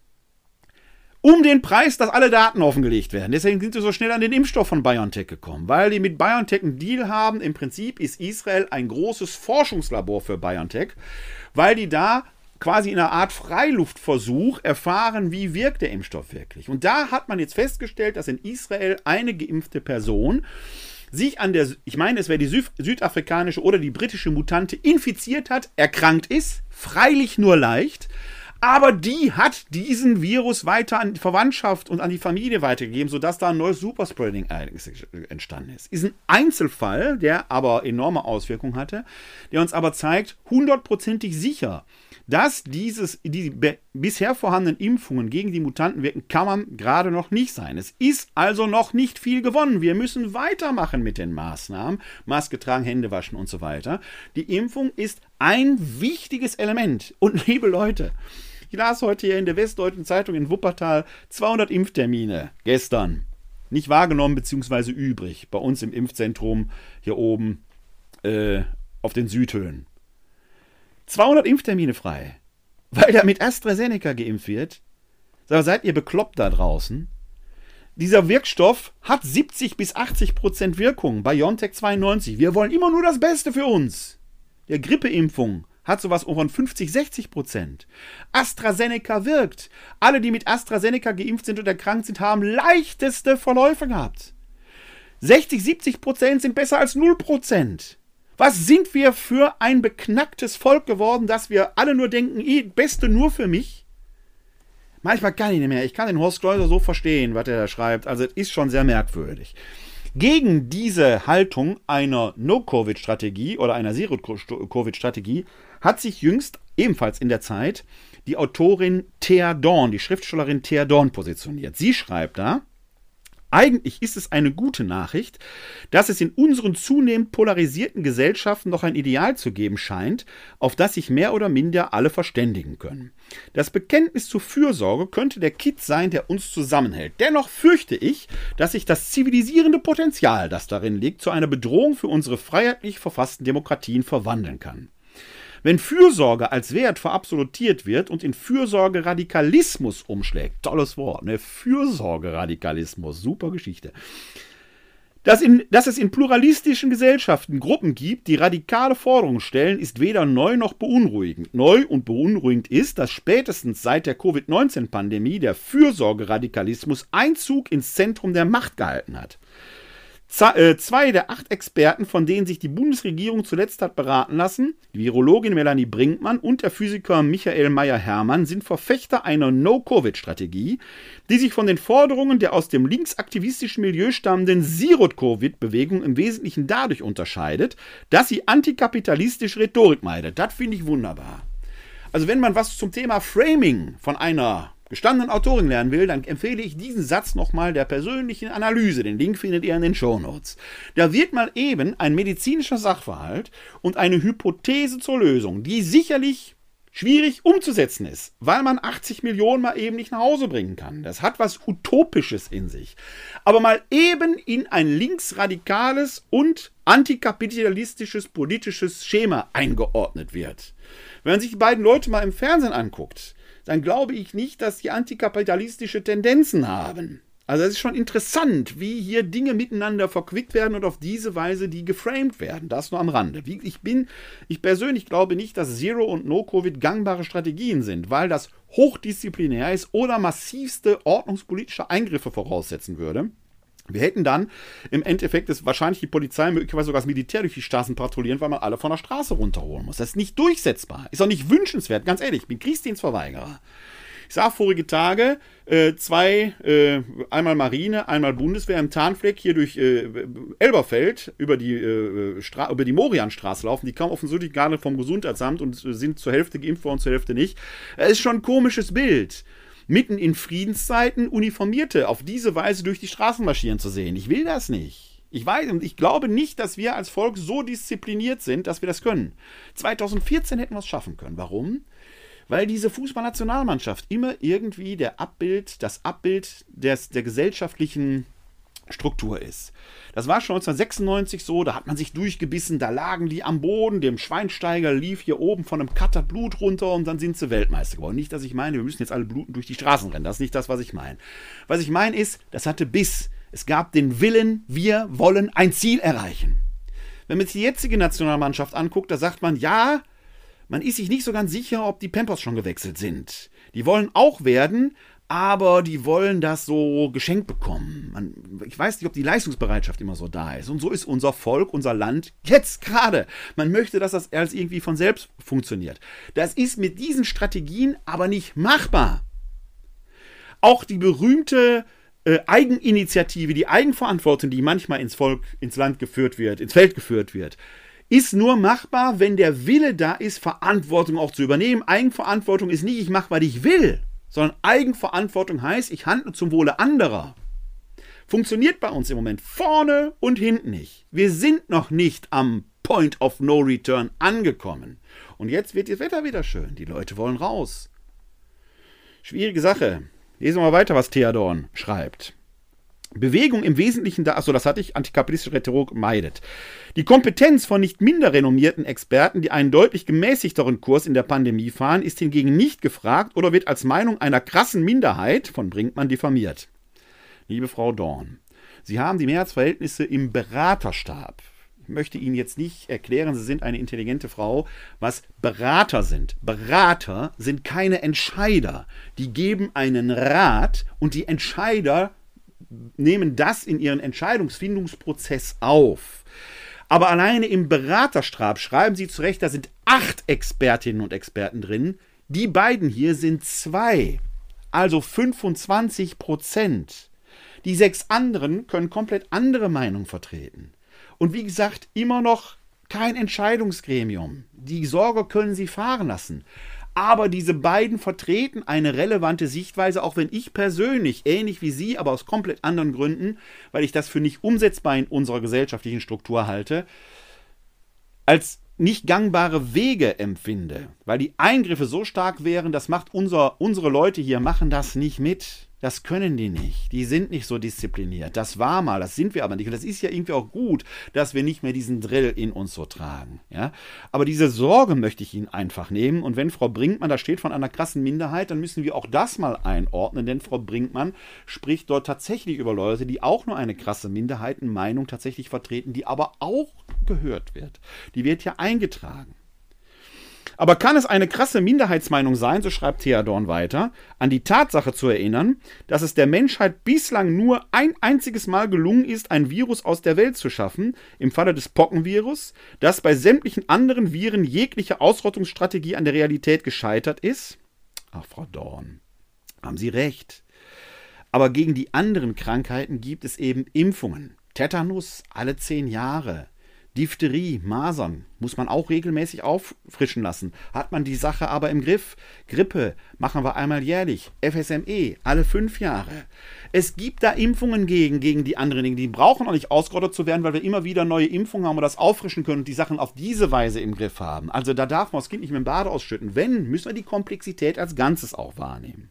Um den Preis, dass alle Daten offengelegt werden. Deswegen sind sie so schnell an den Impfstoff von BioNTech gekommen, weil die mit BioNTech einen Deal haben. Im Prinzip ist Israel ein großes Forschungslabor für BioNTech, weil die da quasi in einer Art Freiluftversuch erfahren, wie wirkt der Impfstoff wirklich. Und da hat man jetzt festgestellt, dass in Israel eine geimpfte Person sich an der, ich meine, es wäre die Süd- südafrikanische oder die britische Mutante infiziert hat, erkrankt ist, freilich nur leicht, aber die hat diesen Virus weiter an die Verwandtschaft und an die Familie weitergegeben, sodass da ein neues Superspreading-Ereignis entstanden ist. Ist ein Einzelfall, der aber enorme Auswirkungen hatte, der uns aber zeigt, hundertprozentig sicher, dass dieses, die be- bisher vorhandenen Impfungen gegen die Mutanten wirken, kann man gerade noch nicht sein. Es ist also noch nicht viel gewonnen. Wir müssen weitermachen mit den Maßnahmen. Maske tragen, Hände waschen und so weiter. Die Impfung ist ein wichtiges Element. Und liebe Leute, ich las heute hier in der Westdeutschen Zeitung in Wuppertal zweihundert Impftermine gestern. Nicht wahrgenommen bzw. übrig. Bei uns im Impfzentrum hier oben äh, auf den Südhöhen. zweihundert Impftermine frei, weil da mit AstraZeneca geimpft wird. Sag, seid ihr bekloppt da draußen? Dieser Wirkstoff hat siebzig bis achtzig Prozent Wirkung, BioNTech zweiundneunzig. Wir wollen immer nur das Beste für uns. Der Grippeimpfung hat sowas von fünfzig, sechzig Prozent. AstraZeneca wirkt. Alle, die mit AstraZeneca geimpft sind und erkrankt sind, haben leichteste Verläufe gehabt. sechzig, siebzig Prozent sind besser als null Prozent. Was sind wir für ein beknacktes Volk geworden, dass wir alle nur denken, eh, Beste nur für mich? Manchmal kann ich nicht mehr. Ich kann den Horst Schleuser so verstehen, was er da schreibt. Also es ist schon sehr merkwürdig. Gegen diese Haltung einer No-Covid-Strategie oder einer Zero-Covid-Strategie hat sich jüngst ebenfalls in der Zeit die Autorin Thea Dorn, die Schriftstellerin Thea Dorn positioniert. Sie schreibt da: Eigentlich ist es eine gute Nachricht, dass es in unseren zunehmend polarisierten Gesellschaften noch ein Ideal zu geben scheint, auf das sich mehr oder minder alle verständigen können. Das Bekenntnis zur Fürsorge könnte der Kitt sein, der uns zusammenhält. Dennoch fürchte ich, dass sich das zivilisierende Potenzial, das darin liegt, zu einer Bedrohung für unsere freiheitlich verfassten Demokratien verwandeln kann. Wenn Fürsorge als Wert verabsolutiert wird und in Fürsorgeradikalismus umschlägt, tolles Wort, ne? Fürsorgeradikalismus, super Geschichte, dass, in, dass es in pluralistischen Gesellschaften Gruppen gibt, die radikale Forderungen stellen, ist weder neu noch beunruhigend. Neu und beunruhigend ist, dass spätestens seit der Covid neunzehn Pandemie der Fürsorgeradikalismus Einzug ins Zentrum der Macht gehalten hat. Zwei der acht Experten, von denen sich die Bundesregierung zuletzt hat beraten lassen, die Virologin Melanie Brinkmann und der Physiker Michael Meyer-Hermann, sind Verfechter einer No-Covid-Strategie, die sich von den Forderungen der aus dem linksaktivistischen Milieu stammenden Zero-Covid-Bewegung im Wesentlichen dadurch unterscheidet, dass sie antikapitalistische Rhetorik meidet. Das finde ich wunderbar. Also wenn man was zum Thema Framing von einer gestandenen Autorin lernen will, dann empfehle ich diesen Satz nochmal der persönlichen Analyse. Den Link findet ihr in den Shownotes. Da wird mal eben ein medizinischer Sachverhalt und eine Hypothese zur Lösung, die sicherlich schwierig umzusetzen ist, weil man achtzig Millionen mal eben nicht nach Hause bringen kann. Das hat was Utopisches in sich. Aber mal eben in ein linksradikales und antikapitalistisches politisches Schema eingeordnet wird. Wenn man sich die beiden Leute mal im Fernsehen anguckt, dann glaube ich nicht, dass die antikapitalistische Tendenzen haben. Also es ist schon interessant, wie hier Dinge miteinander verquickt werden und auf diese Weise die geframed werden. Das nur am Rande. Wie ich bin, ich persönlich glaube nicht, dass Zero und No-Covid gangbare Strategien sind, weil das hochdisziplinär ist oder massivste ordnungspolitische Eingriffe voraussetzen würde. Wir hätten dann im Endeffekt das wahrscheinlich die Polizei, möglicherweise sogar das Militär durch die Straßen patrouillieren, weil man alle von der Straße runterholen muss. Das ist nicht durchsetzbar. Ist auch nicht wünschenswert, ganz ehrlich. Ich bin Kriegsdienstverweigerer. Ich sah vorige Tage äh, zwei, äh, einmal Marine, einmal Bundeswehr im Tarnfleck hier durch äh, Elberfeld über die, äh, Stra- über die Morianstraße laufen. Die kamen offensichtlich gerade vom Gesundheitsamt und äh, sind zur Hälfte geimpft worden, zur Hälfte nicht. Es ist schon ein komisches Bild. Mitten in Friedenszeiten Uniformierte auf diese Weise durch die Straßen marschieren zu sehen. Ich will das nicht. Ich weiß und ich glaube nicht, dass wir als Volk so diszipliniert sind, dass wir das können. zweitausendvierzehn hätten wir es schaffen können. Warum? Weil diese Fußballnationalmannschaft immer irgendwie der Abbild, das Abbild des, der gesellschaftlichen Struktur ist. Das war schon neunzehnhundertsechsundneunzig so, da hat man sich durchgebissen, da lagen die am Boden, dem Schweinsteiger lief hier oben von einem Cutter Blut runter und dann sind sie Weltmeister geworden. Nicht, dass ich meine, wir müssen jetzt alle bluten durch die Straßen rennen, das ist nicht das, was ich meine. Was ich meine ist, das hatte Biss. Es gab den Willen, wir wollen ein Ziel erreichen. Wenn man sich die jetzige Nationalmannschaft anguckt, da sagt man, ja, man ist sich nicht so ganz sicher, ob die Pampers schon gewechselt sind. Die wollen auch werden, aber die wollen das so geschenkt bekommen. Man, ich weiß nicht, ob die Leistungsbereitschaft immer so da ist. Und so ist unser Volk, unser Land jetzt gerade. Man möchte, dass das erst irgendwie von selbst funktioniert. Das ist mit diesen Strategien aber nicht machbar. Auch die berühmte äh, Eigeninitiative, die Eigenverantwortung, die manchmal ins Volk, ins Land geführt wird, ins Feld geführt wird, ist nur machbar, wenn der Wille da ist, Verantwortung auch zu übernehmen. Eigenverantwortung ist nicht, ich mache, was ich will, sondern Eigenverantwortung heißt, ich handle zum Wohle anderer. Funktioniert bei uns im Moment vorne und hinten nicht. Wir sind noch nicht am Point of No Return angekommen. Und jetzt wird das Wetter wieder schön. Die Leute wollen raus. Schwierige Sache. Lesen wir mal weiter, was Theodorn schreibt. Bewegung im Wesentlichen, da, achso, das hatte ich, antikapitalistische Rhetorik meidet. Die Kompetenz von nicht minder renommierten Experten, die einen deutlich gemäßigteren Kurs in der Pandemie fahren, ist hingegen nicht gefragt oder wird als Meinung einer krassen Minderheit von Brinkmann diffamiert. Liebe Frau Dorn, Sie haben die Mehrheitsverhältnisse im Beraterstab. Ich möchte Ihnen jetzt nicht erklären, Sie sind eine intelligente Frau, was Berater sind. Berater sind keine Entscheider. Die geben einen Rat und die Entscheider nehmen das in ihren Entscheidungsfindungsprozess auf. Aber alleine im Beraterstab schreiben Sie zurecht, da sind acht Expertinnen und Experten drin. Die beiden hier sind zwei, also fünfundzwanzig Prozent. Die sechs anderen können komplett andere Meinungen vertreten. Und wie gesagt, immer noch kein Entscheidungsgremium. Die Sorge können Sie fahren lassen. Aber diese beiden vertreten eine relevante Sichtweise, auch wenn ich persönlich, ähnlich wie Sie, aber aus komplett anderen Gründen, weil ich das für nicht umsetzbar in unserer gesellschaftlichen Struktur halte, als nicht gangbare Wege empfinde. Weil die Eingriffe so stark wären, das macht unser, unsere Leute hier, machen das nicht mit. Das können die nicht. Die sind nicht so diszipliniert. Das war mal, das sind wir aber nicht. Und das ist ja irgendwie auch gut, dass wir nicht mehr diesen Drill in uns so tragen. Ja? Aber diese Sorge möchte ich Ihnen einfach nehmen. Und wenn Frau Brinkmann da steht von einer krassen Minderheit, dann müssen wir auch das mal einordnen. Denn Frau Brinkmann spricht dort tatsächlich über Leute, die auch nur eine krasse Minderheitenmeinung tatsächlich vertreten, die aber auch gehört wird. Die wird ja eingetragen. Aber kann es eine krasse Minderheitsmeinung sein, so schreibt Theodorn weiter, an die Tatsache zu erinnern, dass es der Menschheit bislang nur ein einziges Mal gelungen ist, ein Virus aus der Welt zu schaffen, im Falle des Pockenvirus, das bei sämtlichen anderen Viren jegliche Ausrottungsstrategie an der Realität gescheitert ist? Ach, Frau Dorn, haben Sie recht. Aber gegen die anderen Krankheiten gibt es eben Impfungen. Tetanus alle zehn Jahre. Diphtherie, Masern muss man auch regelmäßig auffrischen lassen. Hat man die Sache aber im Griff. Grippe machen wir einmal jährlich. F S M E alle fünf Jahre. Es gibt da Impfungen gegen, gegen die anderen Dinge. Die brauchen auch nicht ausgerottet zu werden, weil wir immer wieder neue Impfungen haben und das auffrischen können und die Sachen auf diese Weise im Griff haben. Also da darf man das Kind nicht mit dem Bade ausschütten. Wenn, müssen wir die Komplexität als Ganzes auch wahrnehmen.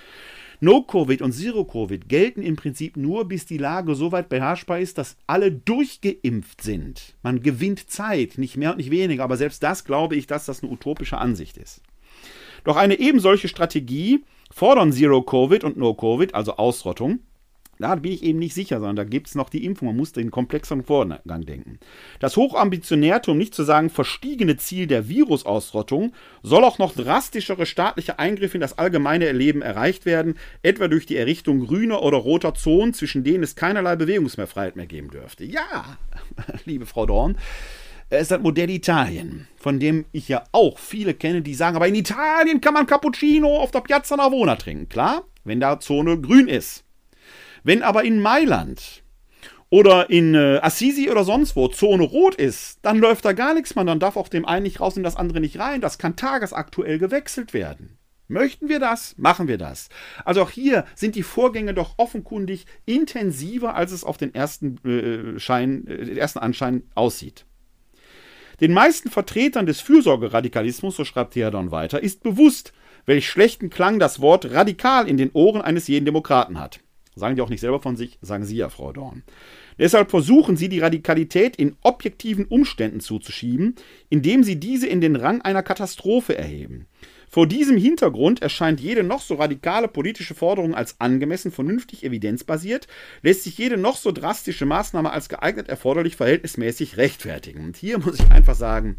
No-Covid und Zero-Covid gelten im Prinzip nur, bis die Lage so weit beherrschbar ist, dass alle durchgeimpft sind. Man gewinnt Zeit, nicht mehr und nicht weniger, aber selbst das glaube ich, dass das eine utopische Ansicht ist. Doch eine eben solche Strategie fordern Zero-Covid und No-Covid, also Ausrottung. Da bin ich eben nicht sicher, sondern da gibt es noch die Impfung. Man muss den komplexeren Vorgang denken. Das hochambitionäre, um nicht zu sagen verstiegene Ziel der Virusausrottung soll auch noch drastischere staatliche Eingriffe in das allgemeine Erleben erreicht werden, etwa durch die Errichtung grüner oder roter Zonen, zwischen denen es keinerlei Bewegungsfreiheit mehr geben dürfte. Ja, liebe Frau Dorn, Es ist das Modell Italien, von dem ich ja auch viele kenne, die sagen, aber in Italien kann man Cappuccino auf der Piazza Navona trinken. Klar, wenn da Zone grün ist. Wenn aber in Mailand oder in äh, Assisi oder sonst wo Zone rot ist, dann läuft da gar nichts mehr. Dann darf auch dem einen nicht raus und das andere nicht rein. Das kann tagesaktuell gewechselt werden. Möchten wir das? Machen wir das. Also auch hier sind die Vorgänge doch offenkundig intensiver, als es auf den ersten, äh, Schein, äh, den ersten Anschein aussieht. Den meisten Vertretern des Fürsorgeradikalismus, so schreibt Theodon weiter, ist bewusst, welch schlechten Klang das Wort radikal in den Ohren eines jeden Demokraten hat. Sagen die auch nicht selber von sich, sagen Sie ja, Frau Dorn. Deshalb versuchen sie, die Radikalität in objektiven Umständen zuzuschieben, indem sie diese in den Rang einer Katastrophe erheben. Vor diesem Hintergrund erscheint jede noch so radikale politische Forderung als angemessen, vernünftig, evidenzbasiert, lässt sich jede noch so drastische Maßnahme als geeignet, erforderlich, verhältnismäßig rechtfertigen. Und hier muss ich einfach sagen,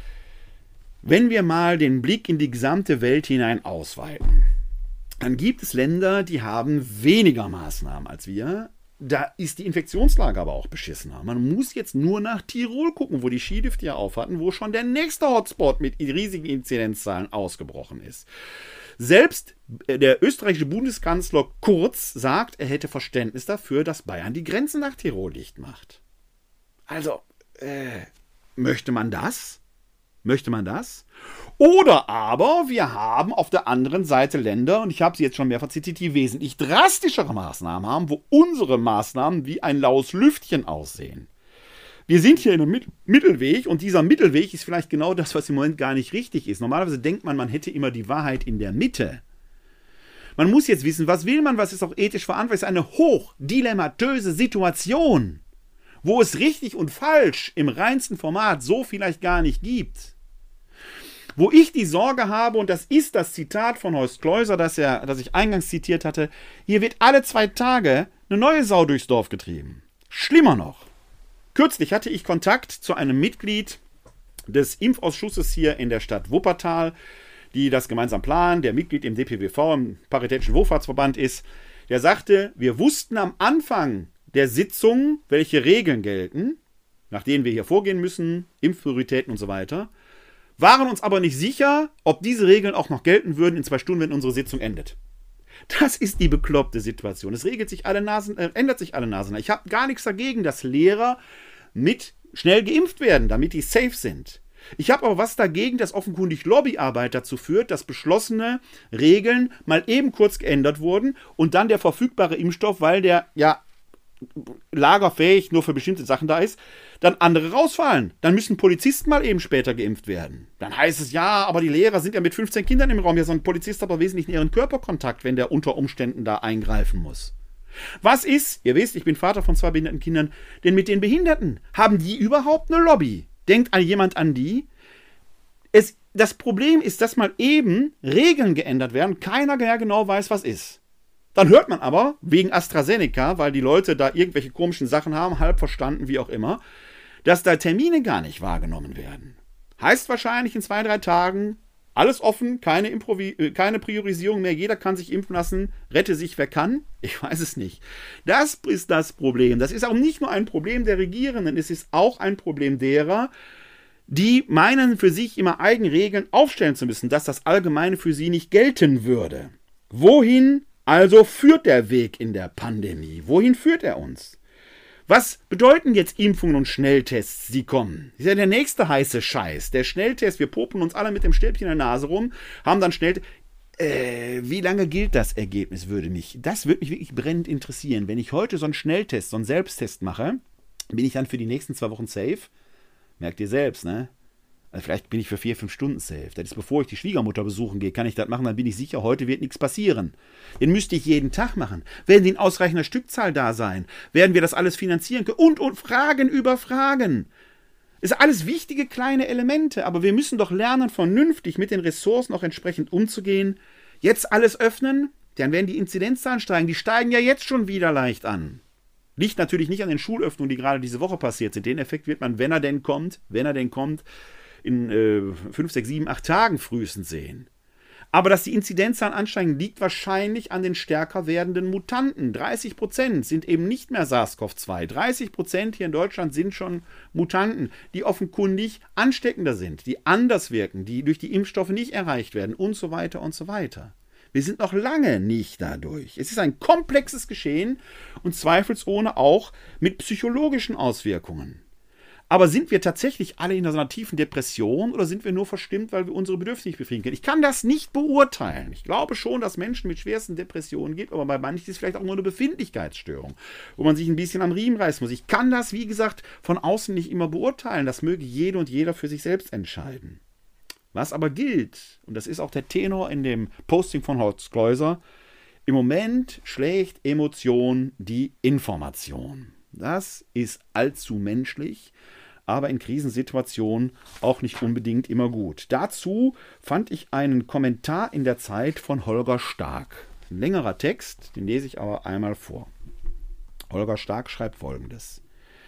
wenn wir mal den Blick in die gesamte Welt hinein ausweiten, dann gibt es Länder, die haben weniger Maßnahmen als wir. Da ist die Infektionslage aber auch beschissener. Man muss jetzt nur nach Tirol gucken, wo die Skilifte ja auf hatten, wo schon der nächste Hotspot mit riesigen Inzidenzzahlen ausgebrochen ist. Selbst der österreichische Bundeskanzler Kurz sagt, er hätte Verständnis dafür, dass Bayern die Grenzen nach Tirol dicht macht. Also, äh, möchte man das? Möchte man das? Oder aber wir haben auf der anderen Seite Länder, und ich habe sie jetzt schon mehrfach zitiert, die wesentlich drastischere Maßnahmen haben, wo unsere Maßnahmen wie ein laues Lüftchen aussehen. Wir sind hier in einem Mittelweg und dieser Mittelweg ist vielleicht genau das, was im Moment gar nicht richtig ist. Normalerweise denkt man, man hätte immer die Wahrheit in der Mitte. Man muss jetzt wissen, was will man, was ist auch ethisch verantwortlich. Es ist eine hochdilemmatöse Situation, wo es richtig und falsch im reinsten Format so vielleicht gar nicht gibt. Wo ich die Sorge habe, und das ist das Zitat von Horst Kleuser, das, er, das ich eingangs zitiert hatte, hier wird alle zwei Tage eine neue Sau durchs Dorf getrieben. Schlimmer noch. Kürzlich hatte ich Kontakt zu einem Mitglied des Impfausschusses hier in der Stadt Wuppertal, die das gemeinsam planen, der Mitglied im D P W V, im Paritätischen Wohlfahrtsverband ist. Der sagte, wir wussten am Anfang der Sitzung, welche Regeln gelten, nach denen wir hier vorgehen müssen, Impfprioritäten und so weiter, waren uns aber nicht sicher, ob diese Regeln auch noch gelten würden in zwei Stunden, wenn unsere Sitzung endet. Das ist die bekloppte Situation. Es regelt sich alle Nasen, äh, ändert sich alle Nasen. Ich habe gar nichts dagegen, dass Lehrer mit schnell geimpft werden, damit die safe sind. Ich habe aber was dagegen, dass offenkundig Lobbyarbeit dazu führt, dass beschlossene Regeln mal eben kurz geändert wurden und dann der verfügbare Impfstoff, weil der ja lagerfähig nur für bestimmte Sachen da ist, dann andere rausfallen. Dann müssen Polizisten mal eben später geimpft werden. Dann heißt es, ja, aber die Lehrer sind ja mit fünfzehn Kindern im Raum. Ja, so ein Polizist hat aber wesentlich näheren Körperkontakt, wenn der unter Umständen da eingreifen muss. Was ist, ihr wisst, ich bin Vater von zwei behinderten Kindern, denn mit den Behinderten? Haben die überhaupt eine Lobby? Denkt an jemand an die? Es, das Problem ist, dass mal eben Regeln geändert werden, keiner genau weiß, was ist. Dann hört man aber, wegen AstraZeneca, weil die Leute da irgendwelche komischen Sachen haben, halb verstanden, wie auch immer, dass da Termine gar nicht wahrgenommen werden. Heißt wahrscheinlich in zwei, drei Tagen, alles offen, keine, Improvi- keine Priorisierung mehr, jeder kann sich impfen lassen, rette sich, wer kann. Ich weiß es nicht. Das ist das Problem. Das ist auch nicht nur ein Problem der Regierenden, es ist auch ein Problem derer, die meinen, für sich immer Eigenregeln aufstellen zu müssen, dass das Allgemeine für sie nicht gelten würde. Wohin also führt der Weg in der Pandemie? Wohin führt er uns? Was bedeuten jetzt Impfungen und Schnelltests, die kommen? Das ist ja der nächste heiße Scheiß. Der Schnelltest, wir popen uns alle mit dem Stäbchen in der Nase rum, haben dann schnell... Äh, wie lange gilt das Ergebnis, würde mich... Das würde mich wirklich brennend interessieren. Wenn ich heute so einen Schnelltest, so einen Selbsttest mache, bin ich dann für die nächsten zwei Wochen safe? Merkt ihr selbst, ne? Also vielleicht bin ich für vier, fünf Stunden safe. Das ist, bevor ich die Schwiegermutter besuchen gehe, kann ich das machen, dann bin ich sicher, heute wird nichts passieren. Den müsste ich jeden Tag machen. Werden die in ausreichender Stückzahl da sein? Werden wir das alles finanzieren können? Und, und Fragen über Fragen. Das ist alles wichtige kleine Elemente, aber wir müssen doch lernen, vernünftig mit den Ressourcen auch entsprechend umzugehen. Jetzt alles öffnen, dann werden die Inzidenzzahlen steigen. Die steigen ja jetzt schon wieder leicht an. Liegt natürlich nicht an den Schulöffnungen, die gerade diese Woche passiert sind. Den Effekt wird man, wenn er denn kommt, wenn er denn kommt, in äh, fünf, sechs, sieben, acht Tagen frühestens sehen. Aber dass die Inzidenzzahlen ansteigen, liegt wahrscheinlich an den stärker werdenden Mutanten. dreißig Prozent sind eben nicht mehr SARS-C o V zwei. dreißig Prozent hier in Deutschland sind schon Mutanten, die offenkundig ansteckender sind, die anders wirken, die durch die Impfstoffe nicht erreicht werden und so weiter und so weiter. Wir sind noch lange nicht dadurch. Es ist ein komplexes Geschehen und zweifelsohne auch mit psychologischen Auswirkungen. Aber sind wir tatsächlich alle in so einer tiefen Depression oder sind wir nur verstimmt, weil wir unsere Bedürfnisse nicht befriedigen können? Ich kann das nicht beurteilen. Ich glaube schon, dass es Menschen mit schwersten Depressionen gibt, aber bei manchen ist es vielleicht auch nur eine Befindlichkeitsstörung, wo man sich ein bisschen am Riemen reißen muss. Ich kann das, wie gesagt, von außen nicht immer beurteilen. Das möge jede und jeder für sich selbst entscheiden. Was aber gilt, und das ist auch der Tenor in dem Posting von Horst Kleuser, im Moment schlägt Emotion die Information. Das ist allzu menschlich, aber in Krisensituationen auch nicht unbedingt immer gut. Dazu fand ich einen Kommentar in der Zeit von Holger Stark. Ein längerer Text, den lese ich aber einmal vor. Holger Stark schreibt Folgendes.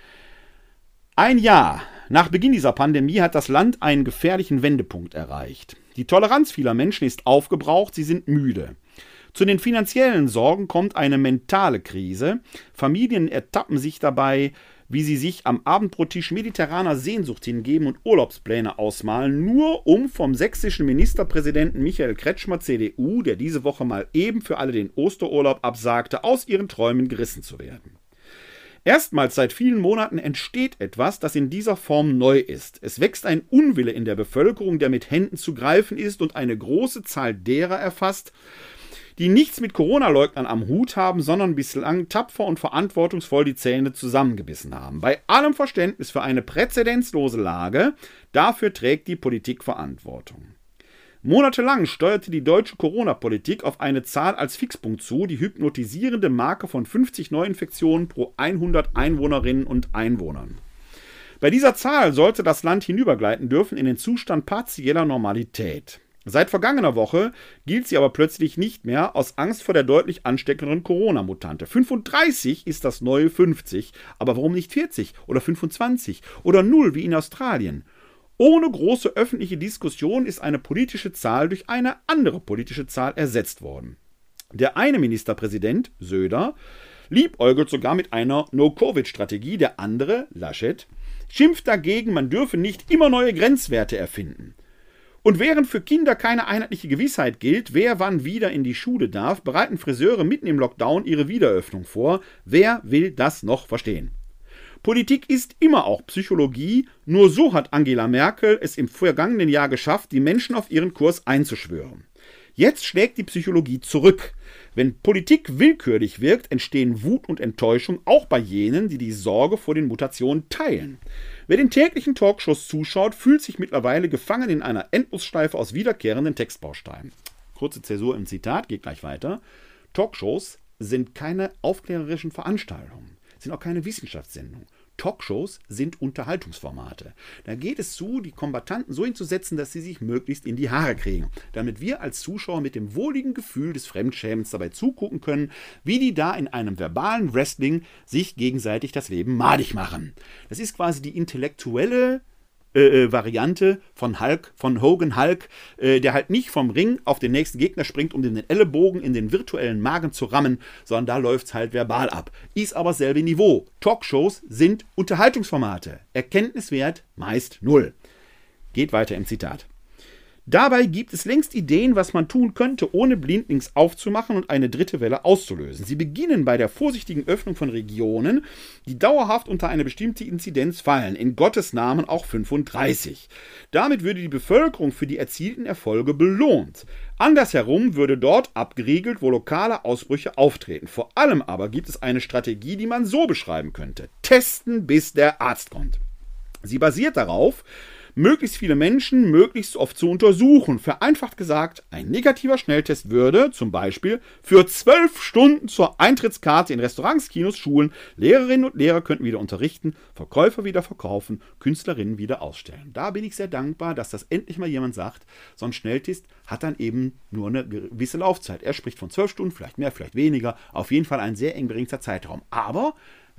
Ein Jahr nach Beginn dieser Pandemie hat das Land einen gefährlichen Wendepunkt erreicht. Die Toleranz vieler Menschen ist aufgebraucht, sie sind müde. Zu den finanziellen Sorgen kommt eine mentale Krise. Familien ertappen sich dabei, wie sie sich am Abendbrottisch mediterraner Sehnsucht hingeben und Urlaubspläne ausmalen, nur um vom sächsischen Ministerpräsidenten Michael Kretschmer, C D U, der diese Woche mal eben für alle den Osterurlaub absagte, aus ihren Träumen gerissen zu werden. Erstmals seit vielen Monaten entsteht etwas, das in dieser Form neu ist. Es wächst ein Unwille in der Bevölkerung, der mit Händen zu greifen ist und eine große Zahl derer erfasst, die nichts mit Corona-Leugnern am Hut haben, sondern bislang tapfer und verantwortungsvoll die Zähne zusammengebissen haben. Bei allem Verständnis für eine präzedenzlose Lage, dafür trägt die Politik Verantwortung. Monatelang steuerte die deutsche Corona-Politik auf eine Zahl als Fixpunkt zu, die hypnotisierende Marke von fünfzig Neuinfektionen pro hundert Einwohnerinnen und Einwohnern. Bei dieser Zahl sollte das Land hinübergleiten dürfen in den Zustand partieller Normalität. Seit vergangener Woche gilt sie aber plötzlich nicht mehr aus Angst vor der deutlich ansteckenderen Corona-Mutante. fünfunddreißig ist das neue fünfzig, aber warum nicht vierzig oder fünfundzwanzig oder null wie in Australien? Ohne große öffentliche Diskussion ist eine politische Zahl durch eine andere politische Zahl ersetzt worden. Der eine Ministerpräsident, Söder, liebäugelt sogar mit einer No-Covid-Strategie, der andere, Laschet, schimpft dagegen, man dürfe nicht immer neue Grenzwerte erfinden. Und während für Kinder keine einheitliche Gewissheit gilt, wer wann wieder in die Schule darf, bereiten Friseure mitten im Lockdown ihre Wiederöffnung vor. Wer will das noch verstehen? Politik ist immer auch Psychologie, nur so hat Angela Merkel es im vergangenen Jahr geschafft, die Menschen auf ihren Kurs einzuschwören. Jetzt schlägt die Psychologie zurück. Wenn Politik willkürlich wirkt, entstehen Wut und Enttäuschung auch bei jenen, die die Sorge vor den Mutationen teilen. Wer den täglichen Talkshows zuschaut, fühlt sich mittlerweile gefangen in einer Endlosschleife aus wiederkehrenden Textbausteinen. Kurze Zäsur im Zitat, geht gleich weiter. Talkshows sind keine aufklärerischen Veranstaltungen, sind auch keine Wissenschaftssendungen. Talkshows sind Unterhaltungsformate. Da geht es zu, die Kombattanten so hinzusetzen, dass sie sich möglichst in die Haare kriegen, damit wir als Zuschauer mit dem wohligen Gefühl des Fremdschämens dabei zugucken können, wie die da in einem verbalen Wrestling sich gegenseitig das Leben madig machen. Das ist quasi die intellektuelle Äh, Variante von Hulk, von Hogan Hulk, äh, der halt nicht vom Ring auf den nächsten Gegner springt, um den Ellenbogen in den virtuellen Magen zu rammen, sondern da läuft es halt verbal ab. Ist aber dasselbe Niveau. Talkshows sind Unterhaltungsformate. Erkenntniswert meist null. Geht weiter im Zitat. Dabei gibt es längst Ideen, was man tun könnte, ohne blindlings aufzumachen und eine dritte Welle auszulösen. Sie beginnen bei der vorsichtigen Öffnung von Regionen, die dauerhaft unter eine bestimmte Inzidenz fallen, in Gottes Namen auch fünfunddreißig. Damit würde die Bevölkerung für die erzielten Erfolge belohnt. Andersherum würde dort abgeriegelt, wo lokale Ausbrüche auftreten. Vor allem aber gibt es eine Strategie, die man so beschreiben könnte: Testen, bis der Arzt kommt. Sie basiert darauf, möglichst viele Menschen möglichst oft zu untersuchen. Vereinfacht gesagt, ein negativer Schnelltest würde zum Beispiel für zwölf Stunden zur Eintrittskarte in Restaurants, Kinos, Schulen, Lehrerinnen und Lehrer könnten wieder unterrichten, Verkäufer wieder verkaufen, Künstlerinnen wieder ausstellen. Da bin ich sehr dankbar, dass das endlich mal jemand sagt. So ein Schnelltest hat dann eben nur eine gewisse Laufzeit. Er spricht von zwölf Stunden, vielleicht mehr, vielleicht weniger. Auf jeden Fall ein sehr eng begrenzter Zeitraum. Aber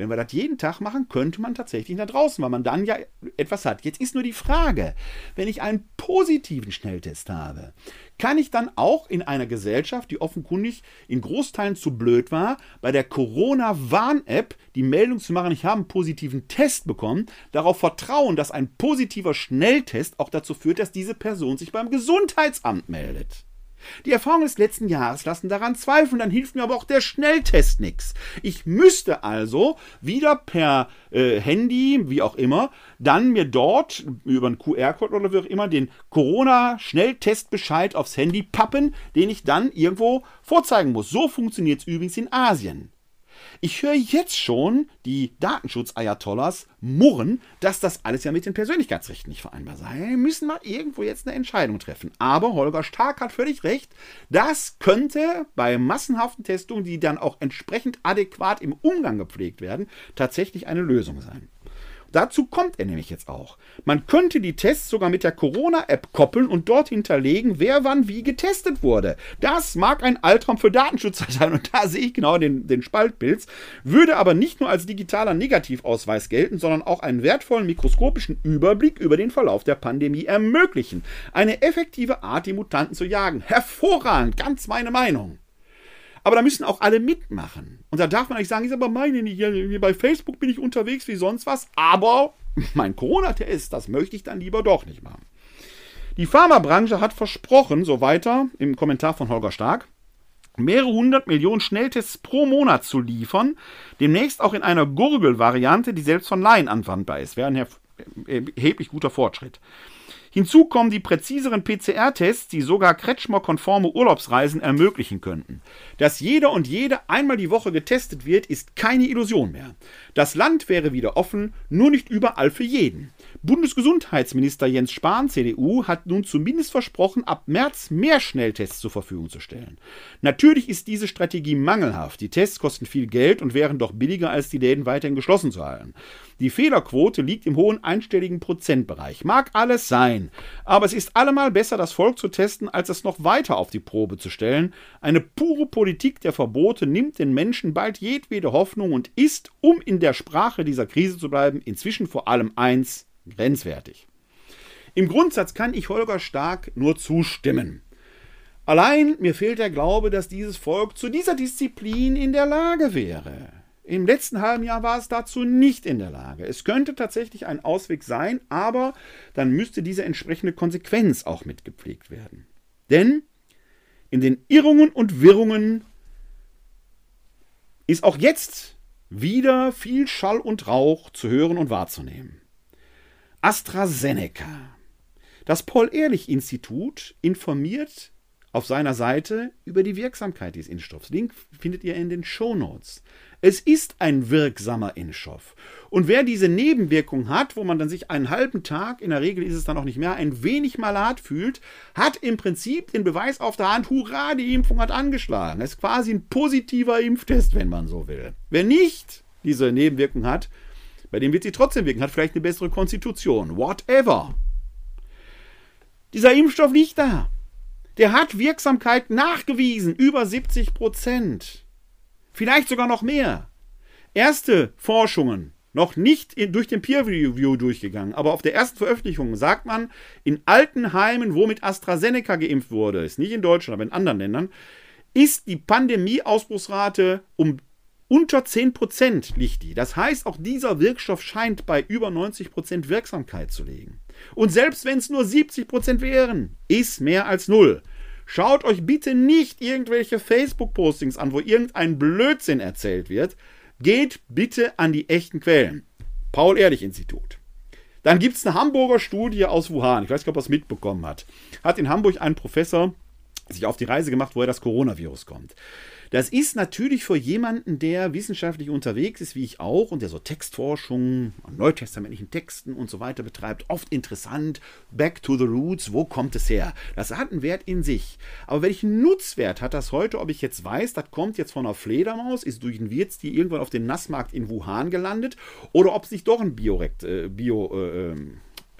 Wenn wir das jeden Tag machen, könnte man tatsächlich da draußen, weil man dann ja etwas hat. Jetzt ist nur die Frage, wenn ich einen positiven Schnelltest habe, kann ich dann auch in einer Gesellschaft, die offenkundig in Großteilen zu blöd war, bei der Corona-Warn-App die Meldung zu machen, ich habe einen positiven Test bekommen, darauf vertrauen, dass ein positiver Schnelltest auch dazu führt, dass diese Person sich beim Gesundheitsamt meldet. Die Erfahrungen des letzten Jahres lassen daran zweifeln, dann hilft mir aber auch der Schnelltest nichts. Ich müsste also wieder per äh, Handy, wie auch immer, dann mir dort über einen Q R-Code oder wie auch immer den Corona-Schnelltestbescheid aufs Handy pappen, den ich dann irgendwo vorzeigen muss. So funktioniert es übrigens in Asien. Ich höre jetzt schon die Datenschutz-Ayatollahs murren, dass das alles ja mit den Persönlichkeitsrechten nicht vereinbar sei. Wir müssen mal irgendwo jetzt eine Entscheidung treffen. Aber Holger Stark hat völlig recht. Das könnte bei massenhaften Testungen, die dann auch entsprechend adäquat im Umgang gepflegt werden, tatsächlich eine Lösung sein. Dazu kommt er nämlich jetzt auch. Man könnte die Tests sogar mit der Corona-App koppeln und dort hinterlegen, wer wann wie getestet wurde. Das mag ein Albtraum für Datenschützer sein und da sehe ich genau den, den Spaltpilz, würde aber nicht nur als digitaler Negativausweis gelten, sondern auch einen wertvollen mikroskopischen Überblick über den Verlauf der Pandemie ermöglichen. Eine effektive Art, die Mutanten zu jagen. Hervorragend, ganz meine Meinung. Aber da müssen auch alle mitmachen. Und da darf man nicht sagen, ist aber meine nicht. Bei Facebook bin ich unterwegs wie sonst was. Aber mein Corona-Test, das möchte ich dann lieber doch nicht machen. Die Pharmabranche hat versprochen, so weiter im Kommentar von Holger Stark, mehrere hundert Millionen Schnelltests pro Monat zu liefern. Demnächst auch in einer Gurgel-Variante, die selbst von Laien anwendbar ist. Wäre ein erheblich guter Fortschritt. Hinzu kommen die präziseren P C R-Tests, die sogar Kretschmer-konforme Urlaubsreisen ermöglichen könnten. Dass jeder und jede einmal die Woche getestet wird, ist keine Illusion mehr. Das Land wäre wieder offen, nur nicht überall für jeden. Bundesgesundheitsminister Jens Spahn, C D U, hat nun zumindest versprochen, ab März mehr Schnelltests zur Verfügung zu stellen. Natürlich ist diese Strategie mangelhaft. Die Tests kosten viel Geld und wären doch billiger, als die Läden weiterhin geschlossen zu halten. Die Fehlerquote liegt im hohen einstelligen Prozentbereich. Mag alles sein, aber es ist allemal besser, das Volk zu testen, als es noch weiter auf die Probe zu stellen. Eine pure Politik der Verbote nimmt den Menschen bald jedwede Hoffnung und ist, um in der Sprache dieser Krise zu bleiben, inzwischen vor allem eins: grenzwertig. Im Grundsatz kann ich Holger Stark nur zustimmen. Allein mir fehlt der Glaube, dass dieses Volk zu dieser Disziplin in der Lage wäre. Im letzten halben Jahr war es dazu nicht in der Lage. Es könnte tatsächlich ein Ausweg sein, aber dann müsste diese entsprechende Konsequenz auch mitgepflegt werden. Denn in den Irrungen und Wirrungen ist auch jetzt wieder viel Schall und Rauch zu hören und wahrzunehmen. AstraZeneca. Das Paul-Ehrlich-Institut informiert auf seiner Seite über die Wirksamkeit dieses Impfstoffs. Link findet ihr in den Shownotes. Es ist ein wirksamer Impfstoff. Und wer diese Nebenwirkung hat, wo man dann sich einen halben Tag, in der Regel ist es dann auch nicht mehr, ein wenig malat fühlt, hat im Prinzip den Beweis auf der Hand, hurra, die Impfung hat angeschlagen. Das ist quasi ein positiver Impftest, wenn man so will. Wer nicht diese Nebenwirkung hat, bei dem wird sie trotzdem wirken, hat vielleicht eine bessere Konstitution. Whatever. Dieser Impfstoff liegt da. Der hat Wirksamkeit nachgewiesen, über siebzig Prozent. Vielleicht sogar noch mehr. Erste Forschungen, noch nicht in, durch den Peer-Review durchgegangen, aber auf der ersten Veröffentlichung sagt man, in Altenheimen, wo mit AstraZeneca geimpft wurde, ist nicht in Deutschland, aber in anderen Ländern, ist die Pandemie-Ausbruchsrate um unter zehn Prozent liegt die. Das heißt, auch dieser Wirkstoff scheint bei über neunzig Prozent Wirksamkeit zu liegen. Und selbst wenn es nur siebzig Prozent wären, ist mehr als null. Schaut euch bitte nicht irgendwelche Facebook-Postings an, wo irgendein Blödsinn erzählt wird. Geht bitte an die echten Quellen. Paul-Ehrlich-Institut. Dann gibt es eine Hamburger Studie aus Wuhan. Ich weiß nicht, ob er es mitbekommen hat. Hat in Hamburg ein Professor sich auf die Reise gemacht, woher das Coronavirus kommt. Das ist natürlich für jemanden, der wissenschaftlich unterwegs ist, wie ich auch, und der so Textforschung an neutestamentlichen Texten und so weiter betreibt, oft interessant. Back to the roots, wo kommt es her? Das hat einen Wert in sich. Aber welchen Nutzwert hat das heute, ob ich jetzt weiß, das kommt jetzt von einer Fledermaus, ist durch einen Wirt, die irgendwann auf dem Nassmarkt in Wuhan gelandet, oder ob es nicht doch ein Biorekt, äh, Bio, äh,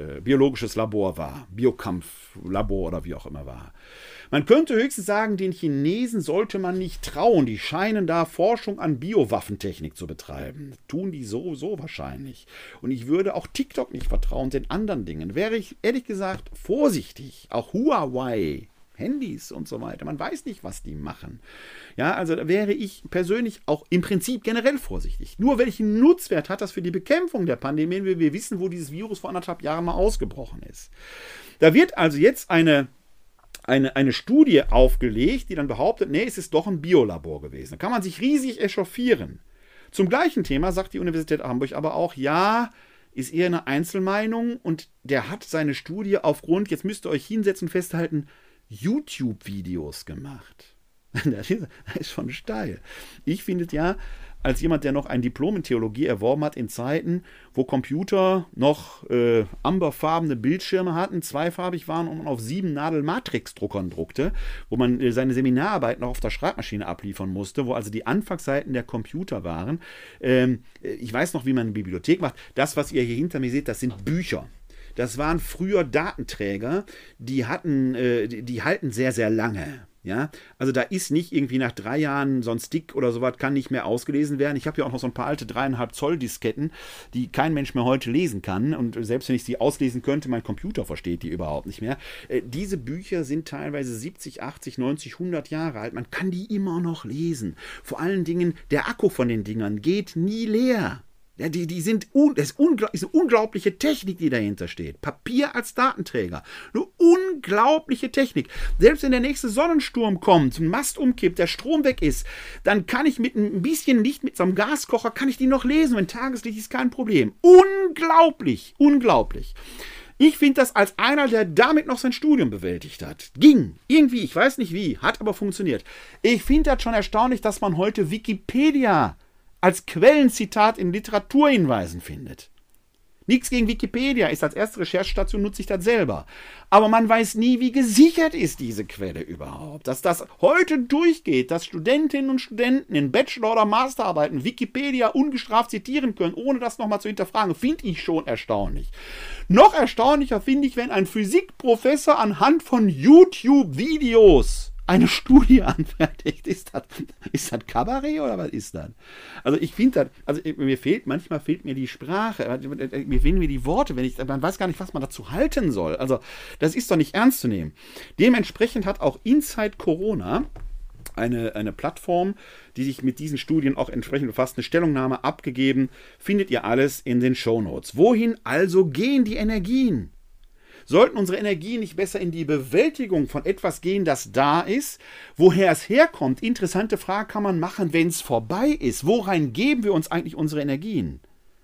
äh, biologisches Labor war, Biokampflabor oder wie auch immer war. Man könnte höchstens sagen, den Chinesen sollte man nicht trauen. Die scheinen da Forschung an Biowaffentechnik zu betreiben. Das tun die sowieso wahrscheinlich. Und ich würde auch TikTok nicht vertrauen, den anderen Dingen. Wäre ich ehrlich gesagt vorsichtig. Auch Huawei, Handys und so weiter. Man weiß nicht, was die machen. Ja, also da wäre ich persönlich auch im Prinzip generell vorsichtig. Nur welchen Nutzwert hat das für die Bekämpfung der Pandemie, wenn wir wissen, wo dieses Virus vor anderthalb Jahren mal ausgebrochen ist. Da wird also jetzt eine Eine, eine Studie aufgelegt, die dann behauptet, nee, es ist doch ein Biolabor gewesen. Da kann man sich riesig echauffieren. Zum gleichen Thema sagt die Universität Hamburg aber auch, ja, ist eher eine Einzelmeinung und der hat seine Studie aufgrund, jetzt müsst ihr euch hinsetzen und festhalten, YouTube-Videos gemacht. Das ist, das ist schon steil. Ich finde es ja, als jemand, der noch ein Diplom in Theologie erworben hat, in Zeiten, wo Computer noch äh, amberfarbene Bildschirme hatten, zweifarbig waren und man auf sieben Nadel-Matrix-Druckern druckte, wo man äh, seine Seminararbeit noch auf der Schreibmaschine abliefern musste, wo also die Anfangsseiten der Computer waren. Ähm, ich weiß noch, wie man eine Bibliothek macht. Das, was ihr hier hinter mir seht, das sind Bücher. Das waren früher Datenträger, die hatten, äh, die, die halten sehr, sehr lange. Ja, also da ist nicht irgendwie nach drei Jahren so ein Stick oder sowas, kann nicht mehr ausgelesen werden. Ich habe ja auch noch so ein paar alte dreieinhalb Zoll Disketten, die kein Mensch mehr heute lesen kann. Und selbst wenn ich sie auslesen könnte, mein Computer versteht die überhaupt nicht mehr. Äh, diese Bücher sind teilweise siebzig, achtzig, neunzig, hundert Jahre alt. Man kann die immer noch lesen. Vor allen Dingen, der Akku von den Dingern geht nie leer. Ja, die, die sind un, das ist, ungl- ist eine unglaubliche Technik, die dahinter steht. Papier als Datenträger. Eine unglaubliche Technik. Selbst wenn der nächste Sonnensturm kommt, ein Mast umkippt, der Strom weg ist, dann kann ich mit ein bisschen Licht, mit so einem Gaskocher, kann ich die noch lesen. Wenn Tageslicht ist, kein Problem. Unglaublich, unglaublich. Ich finde das als einer, der damit noch sein Studium bewältigt hat. Ging. Irgendwie, ich weiß nicht wie, hat aber funktioniert. Ich finde das schon erstaunlich, dass man heute Wikipedia als Quellenzitat in Literaturhinweisen findet. Nichts gegen Wikipedia, ist als erste Recherchestation, nutze ich das selber. Aber man weiß nie, wie gesichert ist diese Quelle überhaupt. Dass das heute durchgeht, dass Studentinnen und Studenten in Bachelor- oder Masterarbeiten Wikipedia ungestraft zitieren können, ohne das nochmal zu hinterfragen, finde ich schon erstaunlich. Noch erstaunlicher finde ich, wenn ein Physikprofessor anhand von YouTube-Videos eine Studie anfertigt. Ist das, ist das Kabarett oder was ist das? Also ich finde das, also mir fehlt, manchmal fehlt mir die Sprache, mir fehlen mir die Worte, wenn ich, man weiß gar nicht, was man dazu halten soll. Also das ist doch nicht ernst zu nehmen. Dementsprechend hat auch Inside Corona eine, eine Plattform, die sich mit diesen Studien auch entsprechend befasst, eine Stellungnahme abgegeben. Findet ihr alles in den Shownotes. Wohin also gehen die Energien? Sollten unsere Energien nicht besser in die Bewältigung von etwas gehen, das da ist? Woher es herkommt? Interessante Frage kann man machen, wenn es vorbei ist. Worein geben wir uns eigentlich unsere Energien?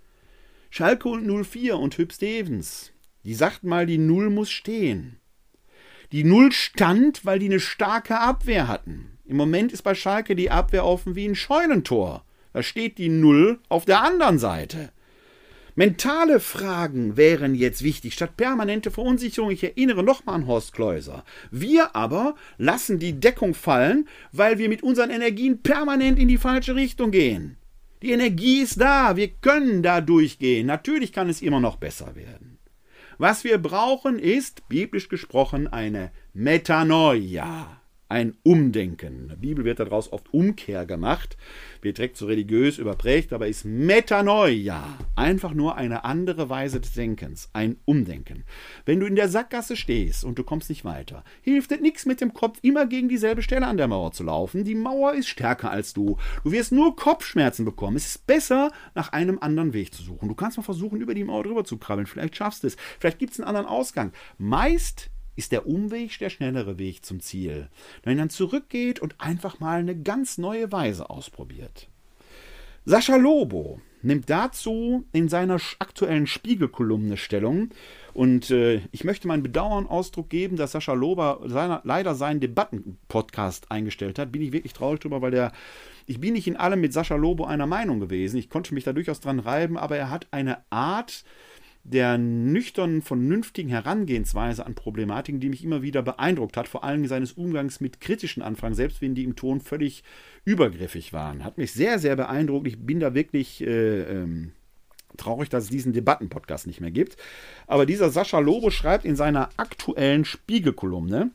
Schalke und null vier und Hüb Stevens, die sagten mal, die Null muss stehen. Die Null stand, weil die eine starke Abwehr hatten. Im Moment ist bei Schalke die Abwehr offen wie ein Scheunentor. Da steht die Null auf der anderen Seite. Mentale Fragen wären jetzt wichtig, statt permanente Verunsicherung. Ich erinnere nochmal an Horst Kleuser. Wir aber lassen die Deckung fallen, weil wir mit unseren Energien permanent in die falsche Richtung gehen. Die Energie ist da, wir können da durchgehen. Natürlich kann es immer noch besser werden. Was wir brauchen ist, biblisch gesprochen, eine Metanoia. Ein Umdenken. In der Bibel wird daraus oft Umkehr gemacht, wird direkt so religiös überprägt, aber ist Metanoia. Einfach nur eine andere Weise des Denkens, ein Umdenken. Wenn du in der Sackgasse stehst und du kommst nicht weiter, hilft es nichts mit dem Kopf immer gegen dieselbe Stelle an der Mauer zu laufen. Die Mauer ist stärker als du. Du wirst nur Kopfschmerzen bekommen. Es ist besser, nach einem anderen Weg zu suchen. Du kannst mal versuchen, über die Mauer drüber zu krabbeln. Vielleicht schaffst du es. Vielleicht gibt es einen anderen Ausgang. Meist ist der Umweg der schnellere Weg zum Ziel. Wenn man dann zurückgeht und einfach mal eine ganz neue Weise ausprobiert. Sascha Lobo nimmt dazu in seiner aktuellen Spiegelkolumne Stellung. Und äh, ich möchte meinen Bedauern Ausdruck geben, dass Sascha Lobo seiner, leider seinen Debatten-Podcast eingestellt hat. Bin ich wirklich traurig drüber, weil der, ich bin nicht in allem mit Sascha Lobo einer Meinung gewesen. Ich konnte mich da durchaus dran reiben, aber er hat eine Art der nüchternen, vernünftigen Herangehensweise an Problematiken, die mich immer wieder beeindruckt hat, vor allem seines Umgangs mit kritischen Anfragen, selbst wenn die im Ton völlig übergriffig waren. Hat mich sehr, sehr beeindruckt. Ich bin da wirklich äh, ähm, Traurig, dass es diesen Debatten-Podcast nicht mehr gibt. Aber dieser Sascha Lobo schreibt in seiner aktuellen Spiegel-Kolumne,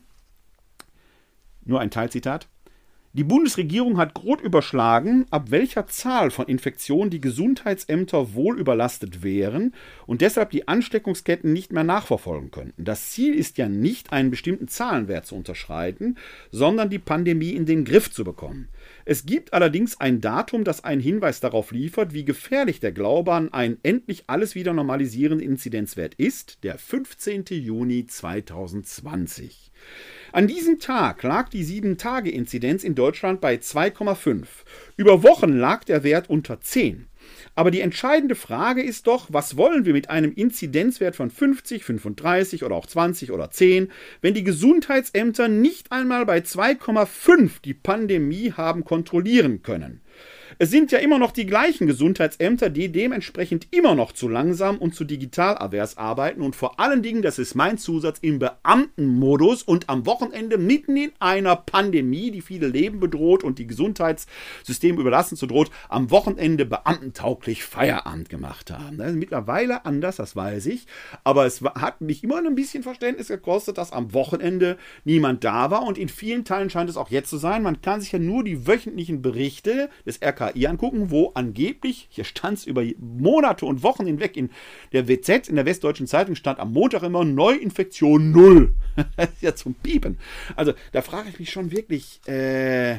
nur ein Teilzitat: Die Bundesregierung hat grob überschlagen, ab welcher Zahl von Infektionen die Gesundheitsämter wohl überlastet wären und deshalb die Ansteckungsketten nicht mehr nachverfolgen könnten. Das Ziel ist ja nicht, einen bestimmten Zahlenwert zu unterschreiten, sondern die Pandemie in den Griff zu bekommen. Es gibt allerdings ein Datum, das einen Hinweis darauf liefert, wie gefährlich der Glaube an einen endlich alles wieder normalisierenden Inzidenzwert ist, der fünfzehnten Juni zweitausendzwanzig. An diesem Tag lag die sieben Tage Inzidenz in Deutschland bei zwei Komma fünf. Über Wochen lag der Wert unter zehn. Aber die entscheidende Frage ist doch, was wollen wir mit einem Inzidenzwert von fünfzig, fünfunddreißig oder auch zwanzig oder zehn, wenn die Gesundheitsämter nicht einmal bei zwei Komma fünf die Pandemie haben kontrollieren können? Es sind ja immer noch die gleichen Gesundheitsämter, die dementsprechend immer noch zu langsam und zu digitalavers arbeiten und vor allen Dingen, das ist mein Zusatz, im Beamtenmodus und am Wochenende mitten in einer Pandemie, die viele Leben bedroht und die Gesundheitssysteme überlassen zu droht, am Wochenende beamtentauglich Feierabend gemacht haben. Das ist mittlerweile anders, das weiß ich, aber es hat mich immer ein bisschen Verständnis gekostet, dass am Wochenende niemand da war und in vielen Teilen scheint es auch jetzt zu sein. Man kann sich ja nur die wöchentlichen Berichte des R K I angucken, wo angeblich, hier stand es über Monate und Wochen hinweg in der W Z, in der Westdeutschen Zeitung, stand am Montag immer Neuinfektion null. Das ist ja zum Piepen. Also da frage ich mich schon wirklich, äh,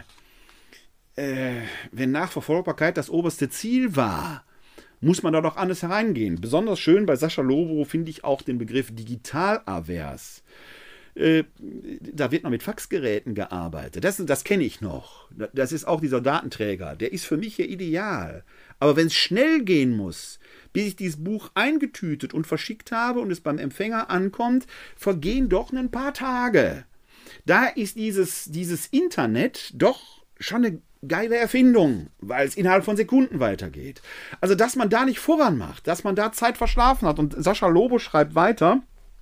äh, wenn Nachverfolgbarkeit das oberste Ziel war, muss man da doch anders hereingehen. Besonders schön bei Sascha Lobo finde ich auch den Begriff digitalavers. Äh, da wird noch mit Faxgeräten gearbeitet. Das, das kenne ich noch. Das ist auch dieser Datenträger. Der ist für mich hier ideal. Aber wenn es schnell gehen muss, bis ich dieses Buch eingetütet und verschickt habe und es beim Empfänger ankommt, vergehen doch ein paar Tage. Da ist dieses, dieses Internet doch schon eine geile Erfindung, weil es innerhalb von Sekunden weitergeht. Also, dass man da nicht voran macht, dass man da Zeit verschlafen hat. Und Sascha Lobo schreibt weiter: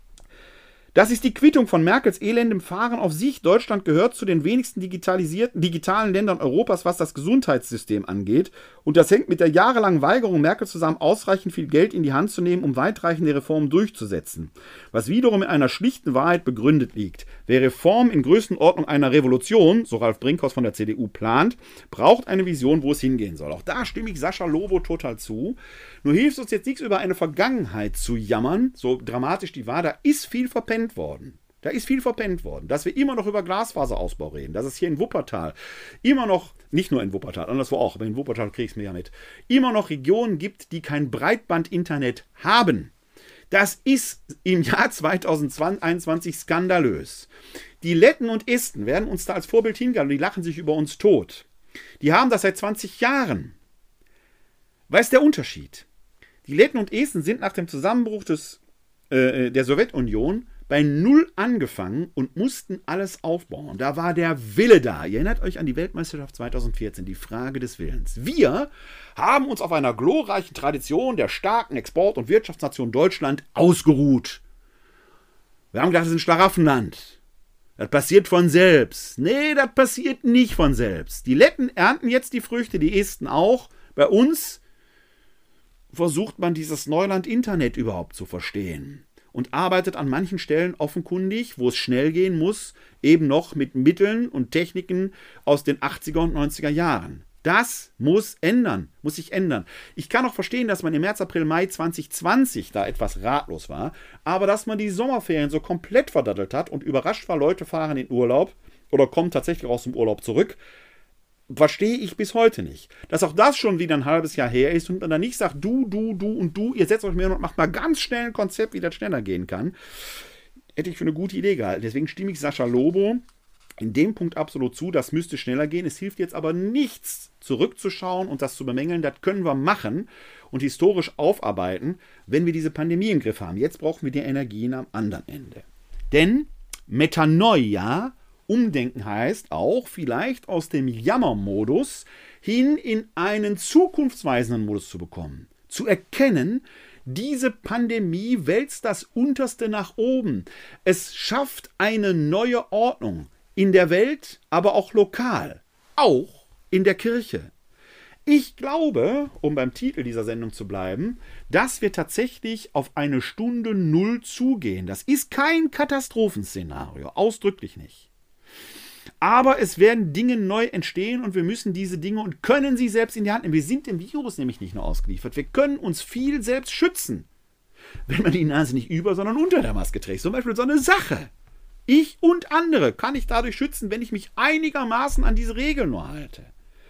Das ist die Quittung von Merkels elendem Fahren auf sich. Deutschland gehört zu den wenigsten digitalisierten, digitalen Ländern Europas, was das Gesundheitssystem angeht. Und das hängt mit der jahrelangen Weigerung Merkels zusammen, ausreichend viel Geld in die Hand zu nehmen, um weitreichende Reformen durchzusetzen. Was wiederum in einer schlichten Wahrheit begründet liegt. Wer Reform in Größenordnung einer Revolution, so Ralf Brinkhaus von der C D U, plant, braucht eine Vision, wo es hingehen soll. Auch da stimme ich Sascha Lobo total zu. Nur hilft uns jetzt nichts, über eine Vergangenheit zu jammern, so dramatisch die war. Da ist viel verpennt worden. Da ist viel verpennt worden. Dass wir immer noch über Glasfaserausbau reden, dass es hier in Wuppertal immer noch, nicht nur in Wuppertal, anderswo auch, aber in Wuppertal kriege ich es mir ja mit, immer noch Regionen gibt, die kein Breitband-Internet haben. Das ist im Jahr zweitausendeinundzwanzig skandalös. Die Letten und Esten werden uns da als Vorbild hingehalten und die lachen sich über uns tot. Die haben das seit zwanzig Jahren. Was ist der Unterschied? Die Letten und Esten sind nach dem Zusammenbruch des, äh, der Sowjetunion bei Null angefangen und mussten alles aufbauen. Da war der Wille da. Ihr erinnert euch an die Weltmeisterschaft zweitausendvierzehn, die Frage des Willens. Wir haben uns auf einer glorreichen Tradition der starken Export- und Wirtschaftsnation Deutschland ausgeruht. Wir haben gedacht, das ist ein Schlaraffenland. Das passiert von selbst. Nee, das passiert nicht von selbst. Die Letten ernten jetzt die Früchte, die Esten auch. Bei uns versucht man dieses Neuland-Internet überhaupt zu verstehen und arbeitet an manchen Stellen offenkundig, wo es schnell gehen muss, eben noch mit Mitteln und Techniken aus den achtziger und neunziger Jahren. Das muss ändern, muss sich ändern. Ich kann auch verstehen, dass man im März, April, Mai zwanzig zwanzig da etwas ratlos war, aber dass man die Sommerferien so komplett verdattelt hat und überrascht war, Leute fahren in Urlaub oder kommen tatsächlich aus dem Urlaub zurück, verstehe ich bis heute nicht. Dass auch das schon wieder ein halbes Jahr her ist und man dann nicht sagt, du, du, du und du, ihr setzt euch mehr und macht mal ganz schnell ein Konzept, wie das schneller gehen kann, hätte ich für eine gute Idee gehalten. Deswegen stimme ich Sascha Lobo in dem Punkt absolut zu, das müsste schneller gehen. Es hilft jetzt aber nichts, zurückzuschauen und das zu bemängeln. Das können wir machen und historisch aufarbeiten, wenn wir diese Pandemie im Griff haben. Jetzt brauchen wir die Energien am anderen Ende. Denn Metanoia, Umdenken, heißt auch, vielleicht aus dem Jammermodus hin in einen zukunftsweisenden Modus zu bekommen. Zu erkennen, diese Pandemie wälzt das Unterste nach oben. Es schafft eine neue Ordnung in der Welt, aber auch lokal. Auch in der Kirche. Ich glaube, um beim Titel dieser Sendung zu bleiben, dass wir tatsächlich auf eine Stunde Null zugehen. Das ist kein Katastrophenszenario, ausdrücklich nicht. Aber es werden Dinge neu entstehen und wir müssen diese Dinge und können sie selbst in die Hand nehmen. Wir sind dem Virus nämlich nicht nur ausgeliefert. Wir können uns viel selbst schützen, wenn man die Nase nicht über, sondern unter der Maske trägt. Zum Beispiel so eine Sache. Ich und andere kann ich dadurch schützen, wenn ich mich einigermaßen an diese Regeln nur halte.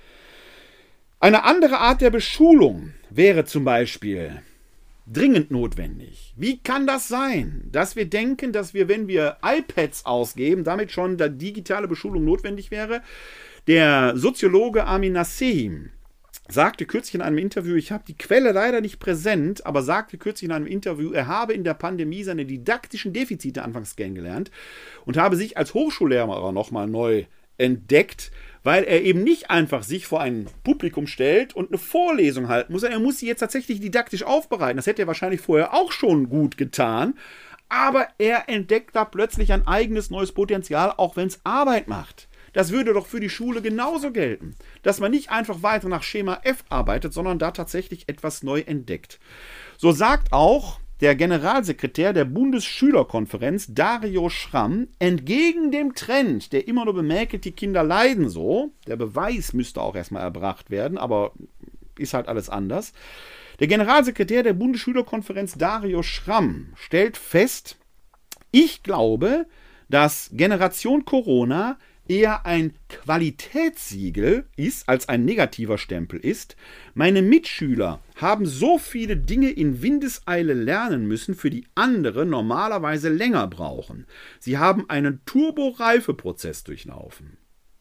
Eine andere Art der Beschulung wäre zum Beispiel dringend notwendig. Wie kann das sein, dass wir denken, dass wir, wenn wir iPads ausgeben, damit schon die digitale Beschulung notwendig wäre? Der Soziologe Amin Naseem sagte kürzlich in einem Interview, ich habe die Quelle leider nicht präsent, aber sagte kürzlich in einem Interview, er habe in der Pandemie seine didaktischen Defizite anfangs kennengelernt und habe sich als Hochschullehrer nochmal neu entdeckt, weil er eben nicht einfach sich vor ein Publikum stellt und eine Vorlesung halten muss. Er muss sie jetzt tatsächlich didaktisch aufbereiten. Das hätte er wahrscheinlich vorher auch schon gut getan. Aber er entdeckt da plötzlich ein eigenes neues Potenzial, auch wenn es Arbeit macht. Das würde doch für die Schule genauso gelten. Dass man nicht einfach weiter nach Schema F arbeitet, sondern da tatsächlich etwas neu entdeckt. So sagt auch der Generalsekretär der Bundesschülerkonferenz, Dario Schramm, entgegen dem Trend, der immer nur bemäkelt, die Kinder leiden so, der Beweis müsste auch erstmal erbracht werden, aber ist halt alles anders. Der Generalsekretär der Bundesschülerkonferenz, Dario Schramm, stellt fest, ich glaube, dass Generation Corona eher ein Qualitätssiegel ist, als ein negativer Stempel ist. Meine Mitschüler haben so viele Dinge in Windeseile lernen müssen, für die andere normalerweise länger brauchen. Sie haben einen Turbo-Reifeprozess durchlaufen.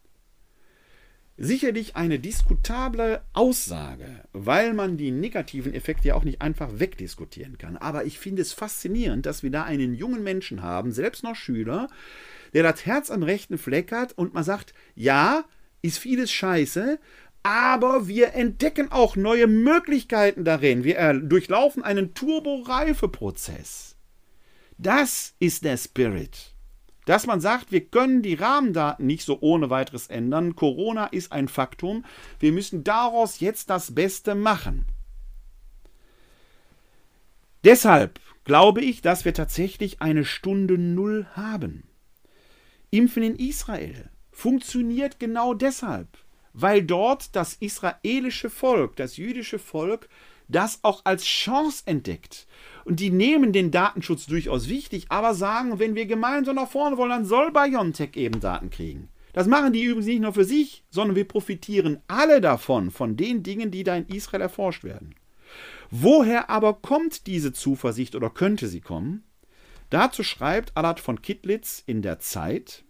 Sicherlich eine diskutable Aussage, weil man die negativen Effekte ja auch nicht einfach wegdiskutieren kann. Aber ich finde es faszinierend, dass wir da einen jungen Menschen haben, selbst noch Schüler, der das Herz am rechten Fleck hat und man sagt, ja, ist vieles scheiße, aber wir entdecken auch neue Möglichkeiten darin. Wir durchlaufen einen Turbo-Reifeprozess. Das ist der Spirit. Dass man sagt, wir können die Rahmendaten nicht so ohne weiteres ändern. Corona ist ein Faktum. Wir müssen daraus jetzt das Beste machen. Deshalb glaube ich, dass wir tatsächlich eine Stunde Null haben. Impfen in Israel funktioniert genau deshalb, weil dort das israelische Volk, das jüdische Volk, das auch als Chance entdeckt. Und die nehmen den Datenschutz durchaus wichtig, aber sagen, wenn wir gemeinsam nach vorne wollen, dann soll BioNTech eben Daten kriegen. Das machen die übrigens nicht nur für sich, sondern wir profitieren alle davon, von den Dingen, die da in Israel erforscht werden. Woher aber kommt diese Zuversicht oder könnte sie kommen? Dazu schreibt Alad von Kittlitz in der Zeit: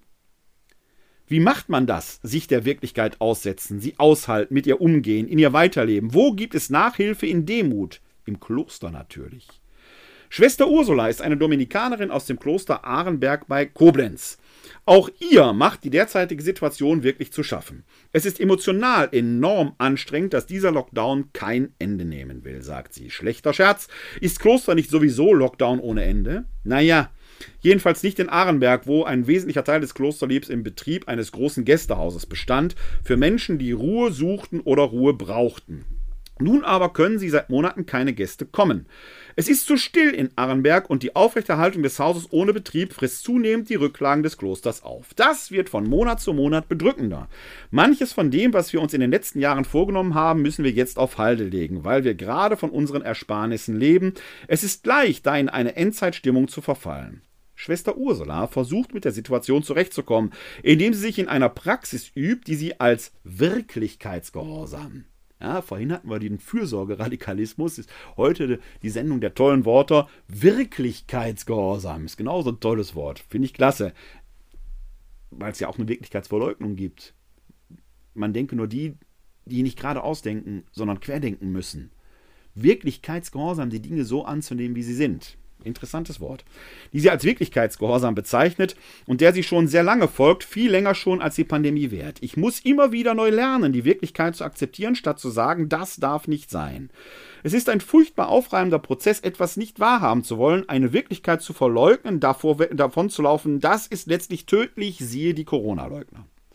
Wie macht man das? Sich der Wirklichkeit aussetzen, sie aushalten, mit ihr umgehen, in ihr weiterleben. Wo gibt es Nachhilfe in Demut? Im Kloster natürlich. Schwester Ursula ist eine Dominikanerin aus dem Kloster Arenberg bei Koblenz. Auch ihr macht die derzeitige Situation wirklich zu schaffen. Es ist emotional enorm anstrengend, dass dieser Lockdown kein Ende nehmen will, sagt sie. Schlechter Scherz. Ist Kloster nicht sowieso Lockdown ohne Ende? Naja, jedenfalls nicht in Arenberg, wo ein wesentlicher Teil des Klosterlebens im Betrieb eines großen Gästehauses bestand, für Menschen, die Ruhe suchten oder Ruhe brauchten. Nun aber können sie seit Monaten keine Gäste kommen. Es ist zu still in Arenberg und die Aufrechterhaltung des Hauses ohne Betrieb frisst zunehmend die Rücklagen des Klosters auf. Das wird von Monat zu Monat bedrückender. Manches von dem, was wir uns in den letzten Jahren vorgenommen haben, müssen wir jetzt auf Halde legen, weil wir gerade von unseren Ersparnissen leben. Es ist leicht, da in eine Endzeitstimmung zu verfallen. Schwester Ursula versucht mit der Situation zurechtzukommen, indem sie sich in einer Praxis übt, die sie als Wirklichkeitsgehorsam. Ja, vorhin hatten wir den Fürsorgeradikalismus, ist heute die Sendung der tollen Worte. Wirklichkeitsgehorsam ist genauso ein tolles Wort, finde ich klasse, weil es ja auch eine Wirklichkeitsverleugnung gibt. Man denke nur die, die nicht gerade ausdenken, sondern querdenken müssen. Wirklichkeitsgehorsam, die Dinge so anzunehmen, wie sie sind. Interessantes Wort. Die sie als Wirklichkeitsgehorsam bezeichnet und der sie schon sehr lange folgt, viel länger schon als die Pandemie währt. Ich muss immer wieder neu lernen, die Wirklichkeit zu akzeptieren, statt zu sagen, das darf nicht sein. Es ist ein furchtbar aufreibender Prozess, etwas nicht wahrhaben zu wollen, eine Wirklichkeit zu verleugnen, davor, davon zu laufen, das ist letztlich tödlich, siehe die Corona-Leugner.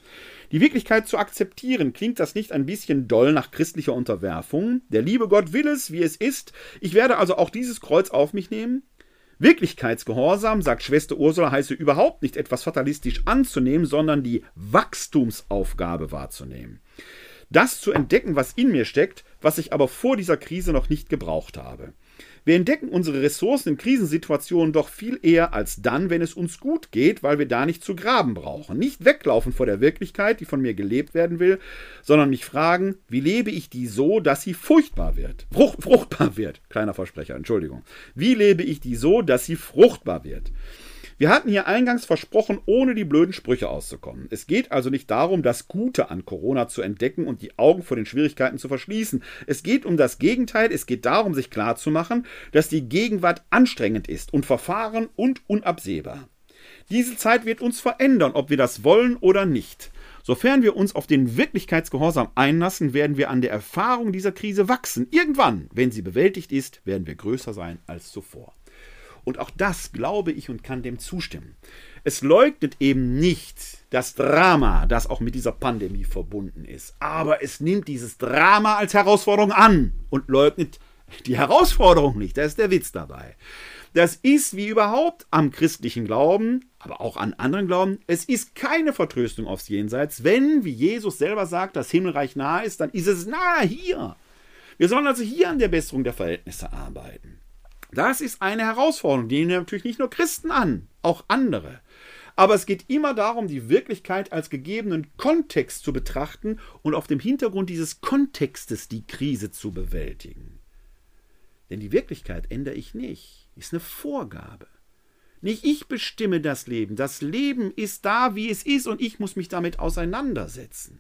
Die Wirklichkeit zu akzeptieren, klingt das nicht ein bisschen doll nach christlicher Unterwerfung? Der liebe Gott will es, wie es ist. Ich werde also auch dieses Kreuz auf mich nehmen? Wirklichkeitsgehorsam, sagt Schwester Ursula, heiße überhaupt nicht etwas fatalistisch anzunehmen, sondern die Wachstumsaufgabe wahrzunehmen. Das zu entdecken, was in mir steckt, was ich aber vor dieser Krise noch nicht gebraucht habe. Wir entdecken unsere Ressourcen in Krisensituationen doch viel eher als dann, wenn es uns gut geht, weil wir da nicht zu graben brauchen. Nicht weglaufen vor der Wirklichkeit, die von mir gelebt werden will, sondern mich fragen, wie lebe ich die so, dass sie furchtbar wird? Frucht, fruchtbar wird. Kleiner Versprecher, Entschuldigung. Wie lebe ich die so, dass sie fruchtbar wird? Wir hatten hier eingangs versprochen, ohne die blöden Sprüche auszukommen. Es geht also nicht darum, das Gute an Corona zu entdecken und die Augen vor den Schwierigkeiten zu verschließen. Es geht um das Gegenteil. Es geht darum, sich klarzumachen, dass die Gegenwart anstrengend ist und verfahren und unabsehbar. Diese Zeit wird uns verändern, ob wir das wollen oder nicht. Sofern wir uns auf den Wirklichkeitsgehorsam einlassen, werden wir an der Erfahrung dieser Krise wachsen. Irgendwann, wenn sie bewältigt ist, werden wir größer sein als zuvor. Und auch das glaube ich und kann dem zustimmen. Es leugnet eben nicht das Drama, das auch mit dieser Pandemie verbunden ist. Aber es nimmt dieses Drama als Herausforderung an und leugnet die Herausforderung nicht. Da ist der Witz dabei. Das ist wie überhaupt am christlichen Glauben, aber auch an anderen Glauben, es ist keine Vertröstung aufs Jenseits. Wenn, wie Jesus selber sagt, das Himmelreich nahe ist, dann ist es nahe hier. Wir sollen also hier an der Besserung der Verhältnisse arbeiten. Das ist eine Herausforderung, die nehmen natürlich nicht nur Christen an, auch andere. Aber es geht immer darum, die Wirklichkeit als gegebenen Kontext zu betrachten und auf dem Hintergrund dieses Kontextes die Krise zu bewältigen. Denn die Wirklichkeit ändere ich nicht, ist eine Vorgabe. Nicht ich bestimme das Leben, das Leben ist da, wie es ist und ich muss mich damit auseinandersetzen.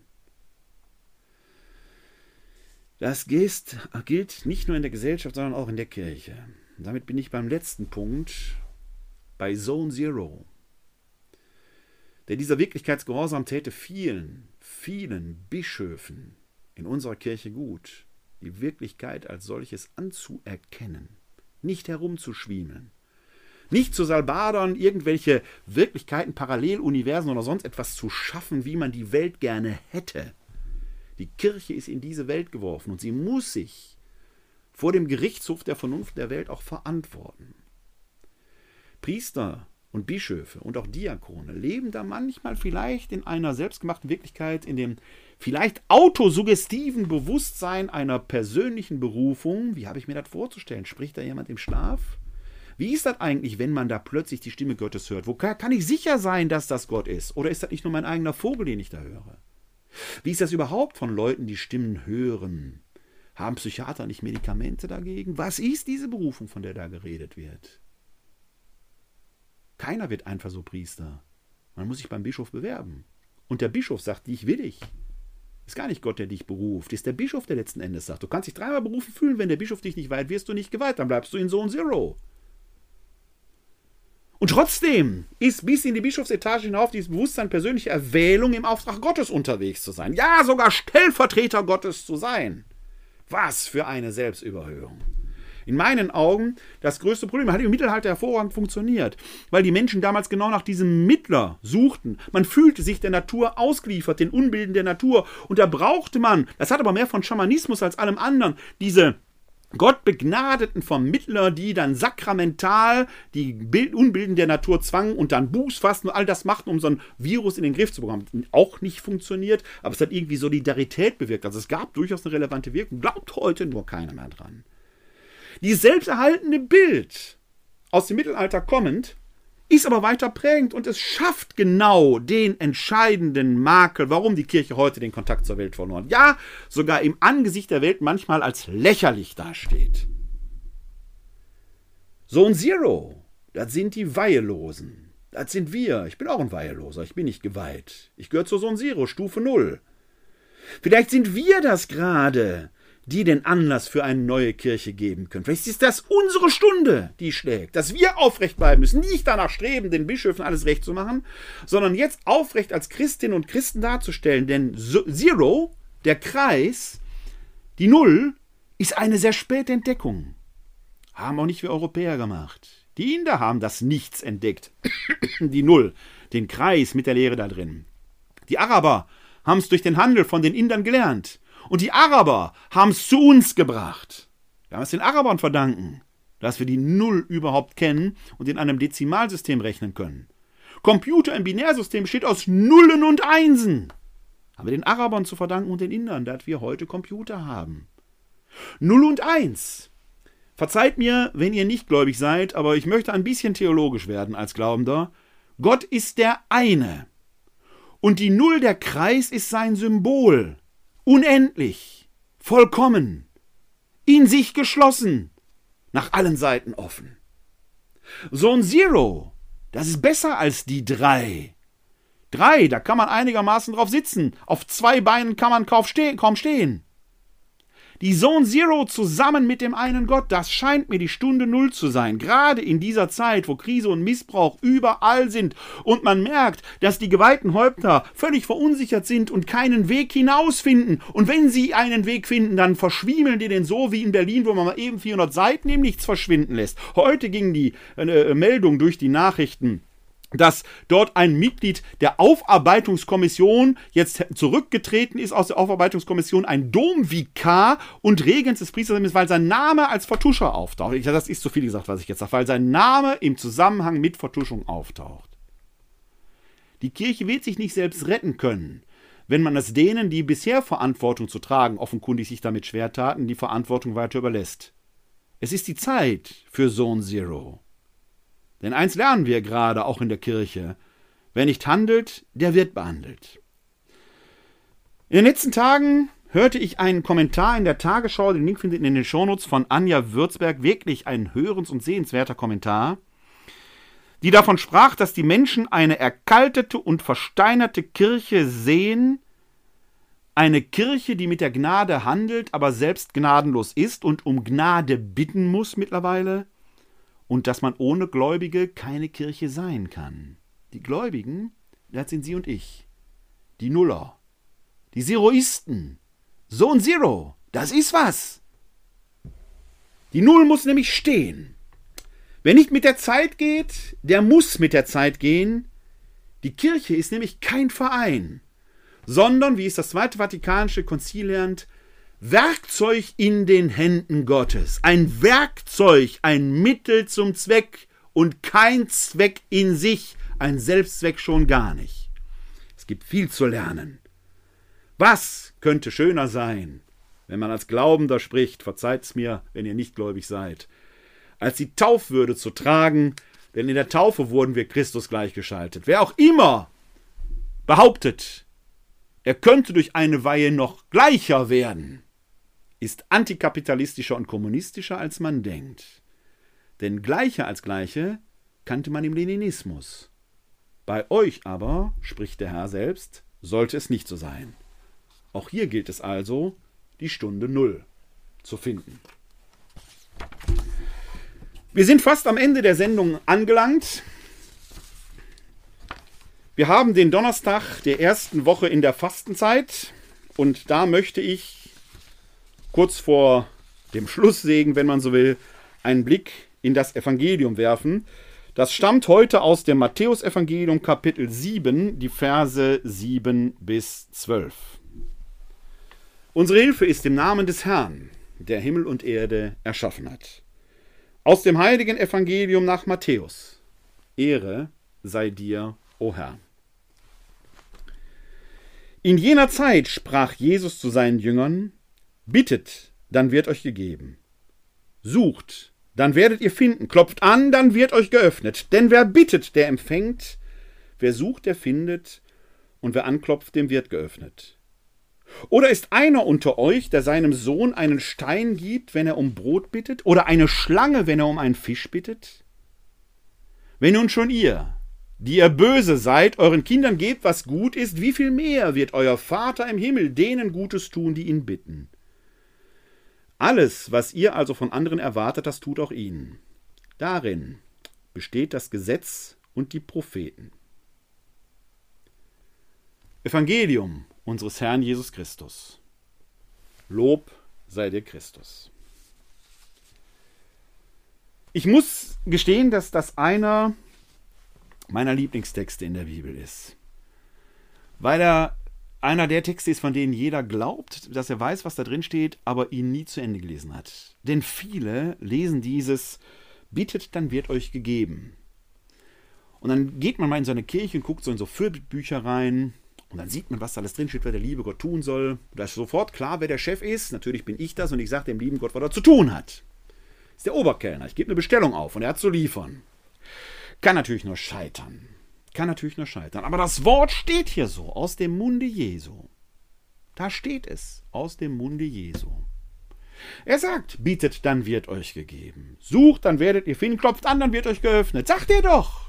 Das gilt nicht nur in der Gesellschaft, sondern auch in der Kirche. Und damit bin ich beim letzten Punkt, bei Zone Zero. Denn dieser Wirklichkeitsgehorsam täte vielen, vielen Bischöfen in unserer Kirche gut, die Wirklichkeit als solches anzuerkennen, nicht herumzuschwiemeln, nicht zu salbadern, irgendwelche Wirklichkeiten, Paralleluniversen oder sonst etwas zu schaffen, wie man die Welt gerne hätte. Die Kirche ist in diese Welt geworfen und sie muss sich vor dem Gerichtshof der Vernunft der Welt auch verantworten. Priester und Bischöfe und auch Diakone leben da manchmal vielleicht in einer selbstgemachten Wirklichkeit, in dem vielleicht autosuggestiven Bewusstsein einer persönlichen Berufung. Wie habe ich mir das vorzustellen? Spricht da jemand im Schlaf? Wie ist das eigentlich, wenn man da plötzlich die Stimme Gottes hört? Wo kann, kann ich sicher sein, dass das Gott ist? Oder ist das nicht nur mein eigener Vogel, den ich da höre? Wie ist das überhaupt von Leuten, die Stimmen hören? Haben Psychiater nicht Medikamente dagegen? Was ist diese Berufung, von der da geredet wird? Keiner wird einfach so Priester. Man muss sich beim Bischof bewerben. Und der Bischof sagt, dich will ich. Ist gar nicht Gott, der dich beruft. Ist der Bischof, der letzten Endes sagt. Du kannst dich dreimal berufen fühlen, wenn der Bischof dich nicht weiht, wirst du nicht geweiht. Dann bleibst du in Zone Zero. Und trotzdem ist bis in die Bischofsetage hinauf dieses Bewusstsein persönlicher Erwählung im Auftrag Gottes unterwegs zu sein. Ja, sogar Stellvertreter Gottes zu sein. Was für eine Selbstüberhöhung. In meinen Augen das größte Problem. Hat im Mittelalter hervorragend funktioniert, weil die Menschen damals genau nach diesem Mittler suchten. Man fühlte sich der Natur ausgeliefert, den Unbilden der Natur. Und da brauchte man, das hat aber mehr von Schamanismus als allem anderen, diese gottbegnadeten Vermittler, die dann sakramental die Unbilden der Natur zwangen und dann Bußfasten und all das machten, um so ein Virus in den Griff zu bekommen. Auch nicht funktioniert, aber es hat irgendwie Solidarität bewirkt. Also es gab durchaus eine relevante Wirkung. Glaubt heute nur keiner mehr dran. Dieses selbsterhaltende Bild, aus dem Mittelalter kommend, ist aber weiter prägend und es schafft genau den entscheidenden Makel, warum die Kirche heute den Kontakt zur Welt verloren hat. Ja, sogar im Angesicht der Welt manchmal als lächerlich dasteht. Zone Zero, das sind die Weihelosen. Das sind wir. Ich bin auch ein Weiheloser, ich bin nicht geweiht. Ich gehöre zur Zone Zero, Stufe Null. Vielleicht sind wir das gerade, die den Anlass für eine neue Kirche geben können. Vielleicht ist das unsere Stunde, die schlägt, dass wir aufrecht bleiben müssen, nicht danach streben, den Bischöfen alles recht zu machen, sondern jetzt aufrecht als Christinnen und Christen darzustellen, denn Zero, der Kreis, die Null, ist eine sehr späte Entdeckung. Haben auch nicht wir Europäer gemacht. Die Inder haben das Nichts entdeckt, die Null, den Kreis mit der Leere da drin. Die Araber haben es durch den Handel von den Indern gelernt. Und die Araber haben es zu uns gebracht. Wir haben es den Arabern verdanken, dass wir die Null überhaupt kennen und in einem Dezimalsystem rechnen können. Computer im Binärsystem besteht aus Nullen und Einsen. Haben wir den Arabern zu verdanken und den Indern, dass wir heute Computer haben. Null und Eins. Verzeiht mir, wenn ihr nicht gläubig seid, aber ich möchte ein bisschen theologisch werden als Glaubender. Gott ist der eine. Und die Null, der Kreis, ist sein Symbol. Unendlich, vollkommen, in sich geschlossen, nach allen Seiten offen. So ein Zero, das ist besser als die drei. Drei, da kann man einigermaßen drauf sitzen. Auf zwei Beinen kann man kaum stehen. Die Zone Zero zusammen mit dem einen Gott, das scheint mir die Stunde Null zu sein. Gerade in dieser Zeit, wo Krise und Missbrauch überall sind und man merkt, dass die geweihten Häupter völlig verunsichert sind und keinen Weg hinausfinden. Und wenn sie einen Weg finden, dann verschwiemeln die den so wie in Berlin, wo man mal eben vierhundert Seiten im Nichts verschwinden lässt. Heute ging die äh, Meldung durch die Nachrichten, dass dort ein Mitglied der Aufarbeitungskommission jetzt zurückgetreten ist aus der Aufarbeitungskommission, ein Domvikar und Regens des Priesters ist, weil sein Name als Vertuscher auftaucht. Das ist zu viel gesagt, was ich jetzt sage, weil sein Name im Zusammenhang mit Vertuschung auftaucht. Die Kirche wird sich nicht selbst retten können, wenn man es denen, die bisher Verantwortung zu tragen, offenkundig sich damit schwer taten, die Verantwortung weiter überlässt. Es ist die Zeit für Zone Zero. Denn eins lernen wir gerade auch in der Kirche: Wer nicht handelt, der wird behandelt. In den letzten Tagen hörte ich einen Kommentar in der Tagesschau, den Link findet ihr in den Shownotes, von Anja Würzberg, wirklich ein hörens- und sehenswerter Kommentar, die davon sprach, dass die Menschen eine erkaltete und versteinerte Kirche sehen, eine Kirche, die mit der Gnade handelt, aber selbst gnadenlos ist und um Gnade bitten muss mittlerweile, und dass man ohne Gläubige keine Kirche sein kann. Die Gläubigen, das sind Sie und ich. Die Nuller. Die Zeroisten. So ein Zero. Das ist was. Die Null muss nämlich stehen. Wer nicht mit der Zeit geht, der muss mit der Zeit gehen. Die Kirche ist nämlich kein Verein, sondern, wie es das Zweite Vatikanische Konzil lernt, Werkzeug in den Händen Gottes. Ein Werkzeug, ein Mittel zum Zweck und kein Zweck in sich, ein Selbstzweck schon gar nicht. Es gibt viel zu lernen. Was könnte schöner sein, wenn man als Glaubender spricht, verzeiht's mir, wenn ihr nicht gläubig seid, als die Taufwürde zu tragen, denn in der Taufe wurden wir Christus gleichgeschaltet. Wer auch immer behauptet, er könnte durch eine Weihe noch gleicher werden, ist antikapitalistischer und kommunistischer, als man denkt. Denn Gleiche als Gleiche kannte man im Leninismus. Bei euch aber, spricht der Herr selbst, sollte es nicht so sein. Auch hier gilt es also, die Stunde Null zu finden. Wir sind fast am Ende der Sendung angelangt. Wir haben den Donnerstag der ersten Woche in der Fastenzeit und da möchte ich kurz vor dem Schlusssegen, wenn man so will, einen Blick in das Evangelium werfen. Das stammt heute aus dem Matthäusevangelium Kapitel sieben, die Verse sieben bis zwölf. Unsere Hilfe ist im Namen des Herrn, der Himmel und Erde erschaffen hat. Aus dem heiligen Evangelium nach Matthäus. Ehre sei dir, o Herr. In jener Zeit sprach Jesus zu seinen Jüngern: Bittet, dann wird euch gegeben. Sucht, dann werdet ihr finden. Klopft an, dann wird euch geöffnet. Denn wer bittet, der empfängt. Wer sucht, der findet. Und wer anklopft, dem wird geöffnet. Oder ist einer unter euch, der seinem Sohn einen Stein gibt, wenn er um Brot bittet? Oder eine Schlange, wenn er um einen Fisch bittet? Wenn nun schon ihr, die ihr böse seid, euren Kindern gebt, was gut ist, wie viel mehr wird euer Vater im Himmel denen Gutes tun, die ihn bitten? Alles, was ihr also von anderen erwartet, das tut auch ihnen. Darin besteht das Gesetz und die Propheten. Evangelium unseres Herrn Jesus Christus. Lob sei dir Christus. Ich muss gestehen, dass das einer meiner Lieblingstexte in der Bibel ist, weil er einer der Texte ist, von denen jeder glaubt, dass er weiß, was da drin steht, aber ihn nie zu Ende gelesen hat. Denn viele lesen dieses, bittet, dann wird euch gegeben. Und dann geht man mal in so eine Kirche und guckt so in so Fürbitbücher rein und dann sieht man, was da alles drin steht, was der liebe Gott tun soll. Da ist sofort klar, wer der Chef ist. Natürlich bin ich das und ich sage dem lieben Gott, was er zu tun hat. Das ist der Oberkellner. Ich gebe eine Bestellung auf und er hat zu liefern. Kann natürlich nur scheitern. Kann natürlich nur scheitern. Aber das Wort steht hier so, aus dem Munde Jesu. Da steht es, aus dem Munde Jesu. Er sagt, bietet, dann wird euch gegeben. Sucht, dann werdet ihr finden. Klopft an, dann wird euch geöffnet. Sagt ihr doch.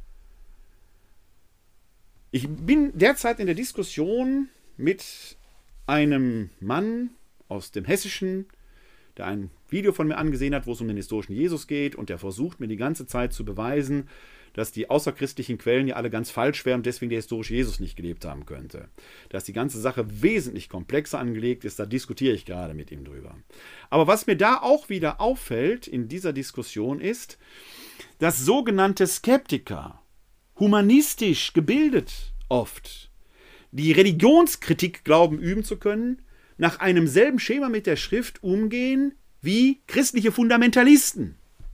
Ich bin derzeit in der Diskussion mit einem Mann aus dem Hessischen, der ein Video von mir angesehen hat, wo es um den historischen Jesus geht und der versucht mir die ganze Zeit zu beweisen, dass die außerchristlichen Quellen ja alle ganz falsch wären und deswegen der historische Jesus nicht gelebt haben könnte. Dass die ganze Sache wesentlich komplexer angelegt ist, da diskutiere ich gerade mit ihm drüber. Aber was mir da auch wieder auffällt in dieser Diskussion ist, dass sogenannte Skeptiker, humanistisch gebildet oft, die Religionskritik glauben üben zu können, nach einem selben Schema mit der Schrift umgehen wie christliche Fundamentalisten.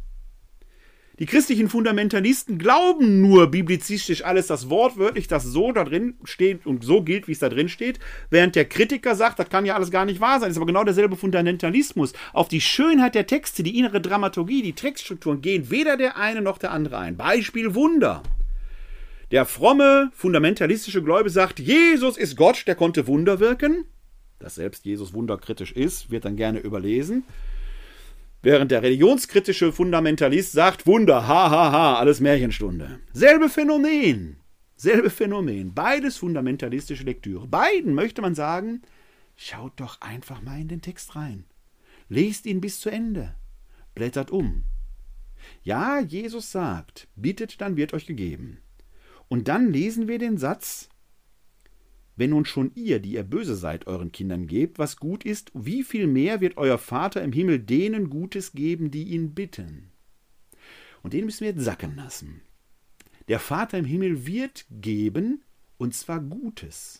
Die christlichen Fundamentalisten glauben nur biblizistisch alles, das wortwörtlich, das so da drin steht und so gilt, wie es da drin steht, während der Kritiker sagt, das kann ja alles gar nicht wahr sein. Das ist aber genau derselbe Fundamentalismus. Auf die Schönheit der Texte, die innere Dramaturgie, die Textstrukturen gehen weder der eine noch der andere ein. Beispiel Wunder. Der fromme, fundamentalistische Gläubige sagt, Jesus ist Gott, der konnte Wunder wirken. Dass selbst Jesus wunderkritisch ist, wird dann gerne überlesen. Während der religionskritische Fundamentalist sagt, Wunder, ha, ha, ha, alles Märchenstunde. Selbe Phänomen, selbe Phänomen, beides fundamentalistische Lektüre. Beiden möchte man sagen, schaut doch einfach mal in den Text rein. Lest ihn bis zu Ende, blättert um. Ja, Jesus sagt, bittet, dann wird euch gegeben. Und dann lesen wir den Satz, wenn nun schon ihr, die ihr böse seid, euren Kindern gebt, was gut ist, wie viel mehr wird euer Vater im Himmel denen Gutes geben, die ihn bitten? Und den müssen wir jetzt sacken lassen. Der Vater im Himmel wird geben, und zwar Gutes.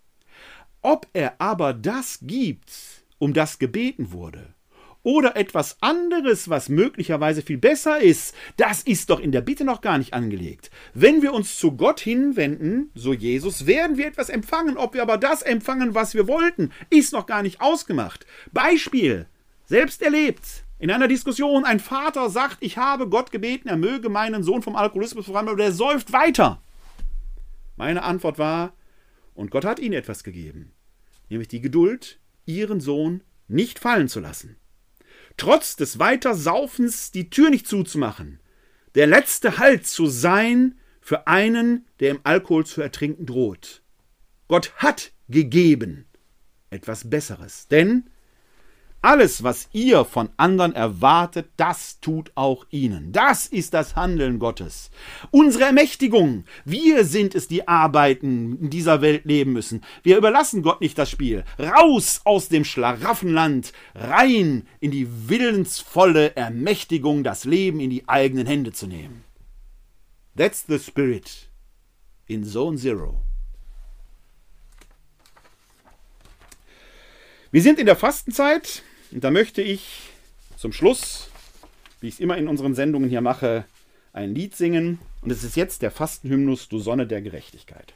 Ob er aber das gibt, um das gebeten wurde, oder etwas anderes, was möglicherweise viel besser ist, das ist doch in der Bitte noch gar nicht angelegt. Wenn wir uns zu Gott hinwenden, so Jesus, werden wir etwas empfangen. Ob wir aber das empfangen, was wir wollten, ist noch gar nicht ausgemacht. Beispiel, selbst erlebt. In einer Diskussion, ein Vater sagt, ich habe Gott gebeten, er möge meinen Sohn vom Alkoholismus befreien, aber der säuft weiter. Meine Antwort war, und Gott hat ihnen etwas gegeben, nämlich die Geduld, ihren Sohn nicht fallen zu lassen. Trotz des Weitersaufens die Tür nicht zuzumachen, der letzte Halt zu sein für einen, der im Alkohol zu ertrinken droht. Gott hat gegeben etwas Besseres, denn alles, was ihr von anderen erwartet, das tut auch ihnen. Das ist das Handeln Gottes. Unsere Ermächtigung. Wir sind es, die arbeiten, in dieser Welt leben müssen. Wir überlassen Gott nicht das Spiel. Raus aus dem Schlaraffenland, rein in die willensvolle Ermächtigung, das Leben in die eigenen Hände zu nehmen. That's the spirit in Zone Zero. Wir sind in der Fastenzeit. Und da möchte ich zum Schluss, wie ich es immer in unseren Sendungen hier mache, ein Lied singen. Und es ist jetzt der Fastenhymnus Du Sonne der Gerechtigkeit.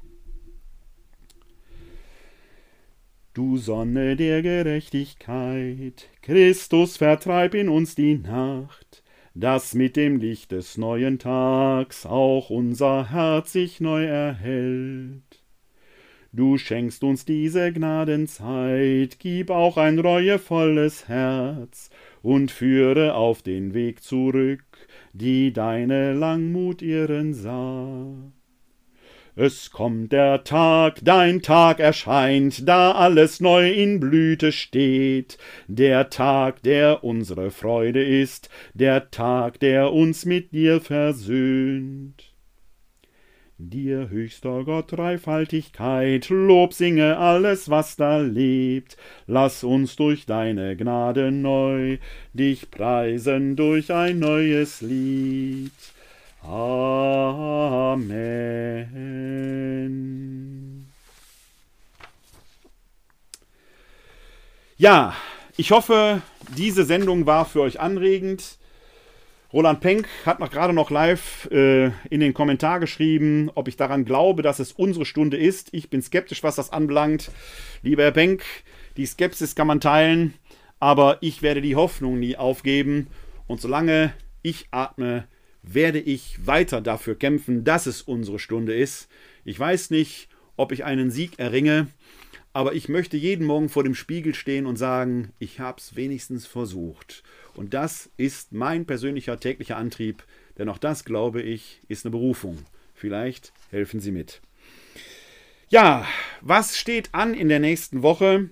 Du Sonne der Gerechtigkeit, Christus vertreib in uns die Nacht, dass mit dem Licht des neuen Tags auch unser Herz sich neu erhellt. Du schenkst uns diese Gnadenzeit, gib auch ein reuevolles Herz und führe auf den Weg zurück, die deine Langmut irren sah. Es kommt der Tag, dein Tag erscheint, da alles neu in Blüte steht, der Tag, der unsere Freude ist, der Tag, der uns mit dir versöhnt. Dir, höchster Gott, Dreifaltigkeit, Lob singe alles, was da lebt. Lass uns durch deine Gnade neu dich preisen durch ein neues Lied. Amen. Ja, ich hoffe, diese Sendung war für euch anregend. Roland Penck hat noch gerade noch live äh, in den Kommentar geschrieben, ob ich daran glaube, dass es unsere Stunde ist. Ich bin skeptisch, was das anbelangt. Lieber Herr Penck, die Skepsis kann man teilen, aber ich werde die Hoffnung nie aufgeben. Und solange ich atme, werde ich weiter dafür kämpfen, dass es unsere Stunde ist. Ich weiß nicht, ob ich einen Sieg erringe, aber ich möchte jeden Morgen vor dem Spiegel stehen und sagen, ich habe es wenigstens versucht. Und das ist mein persönlicher täglicher Antrieb, denn auch das, glaube ich, ist eine Berufung. Vielleicht helfen Sie mit. Ja, was steht an in der nächsten Woche?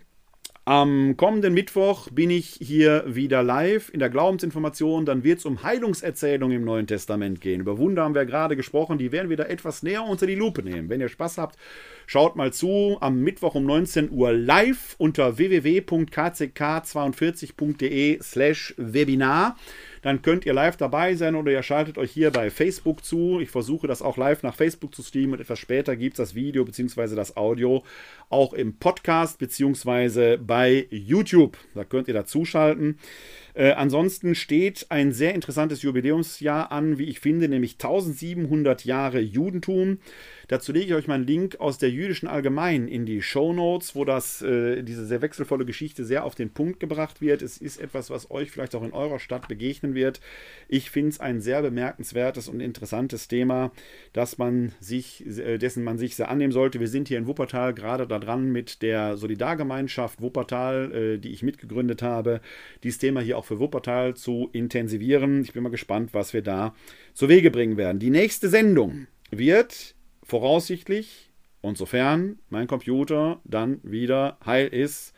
Am kommenden Mittwoch bin ich hier wieder live in der Glaubensinformation. Dann wird es um Heilungserzählungen im Neuen Testament gehen. Über Wunder haben wir gerade gesprochen. Die werden wir da etwas näher unter die Lupe nehmen. Wenn ihr Spaß habt, schaut mal zu. Am Mittwoch um neunzehn Uhr live unter w w w punkt k c k zweiundvierzig punkt d e slash webinar. Dann könnt ihr live dabei sein oder ihr schaltet euch hier bei Facebook zu. Ich versuche das auch live nach Facebook zu streamen und etwas später gibt es das Video bzw. das Audio auch im Podcast bzw. bei YouTube. Da könnt ihr dazuschalten. Äh, ansonsten steht ein sehr interessantes Jubiläumsjahr an, wie ich finde, nämlich eintausendsiebenhundert Jahre Judentum. Dazu lege ich euch mal einen Link aus der Jüdischen Allgemein in die Shownotes, wo das, äh, diese sehr wechselvolle Geschichte sehr auf den Punkt gebracht wird. Es ist etwas, was euch vielleicht auch in eurer Stadt begegnen wird. Ich finde es ein sehr bemerkenswertes und interessantes Thema, dass man sich, äh, dessen man sich sehr annehmen sollte. Wir sind hier in Wuppertal gerade da dran mit der Solidargemeinschaft Wuppertal, äh, die ich mitgegründet habe, dieses Thema hier auch für Wuppertal zu intensivieren. Ich bin mal gespannt, was wir da zu Wege bringen werden. Die nächste Sendung wird voraussichtlich, und sofern mein Computer dann wieder heil ist,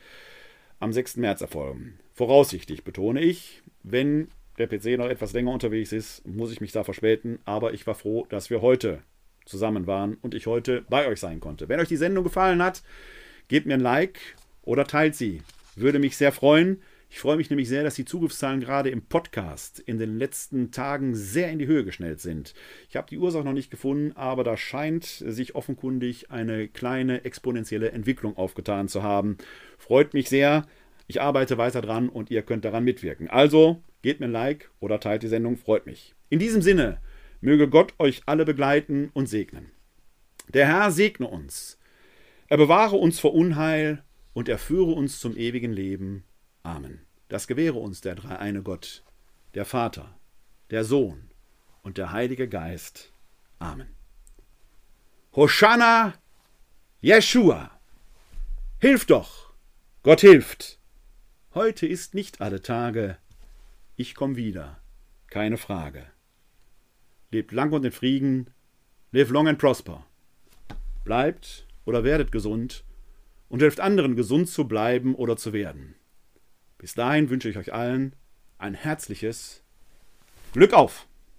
am sechsten März erfolgen. Voraussichtlich, betone ich. Wenn der P C noch etwas länger unterwegs ist, muss ich mich da verspäten. Aber ich war froh, dass wir heute zusammen waren und ich heute bei euch sein konnte. Wenn euch die Sendung gefallen hat, gebt mir ein Like oder teilt sie. Würde mich sehr freuen. Ich freue mich nämlich sehr, dass die Zugriffszahlen gerade im Podcast in den letzten Tagen sehr in die Höhe geschnellt sind. Ich habe die Ursache noch nicht gefunden, aber da scheint sich offenkundig eine kleine exponentielle Entwicklung aufgetan zu haben. Freut mich sehr. Ich arbeite weiter dran und ihr könnt daran mitwirken. Also gebt mir ein Like oder teilt die Sendung, freut mich. In diesem Sinne, möge Gott euch alle begleiten und segnen. Der Herr segne uns. Er bewahre uns vor Unheil und er führe uns zum ewigen Leben. Amen. Das gewähre uns der dreieine Gott, der Vater, der Sohn und der Heilige Geist. Amen. Hosanna, Jeshua. Hilf doch, Gott hilft. Heute ist nicht alle Tage. Ich komm wieder, keine Frage. Lebt lang und in Frieden, live long and prosper. Bleibt oder werdet gesund und helft anderen, gesund zu bleiben oder zu werden. Bis dahin wünsche ich euch allen ein herzliches Glück auf!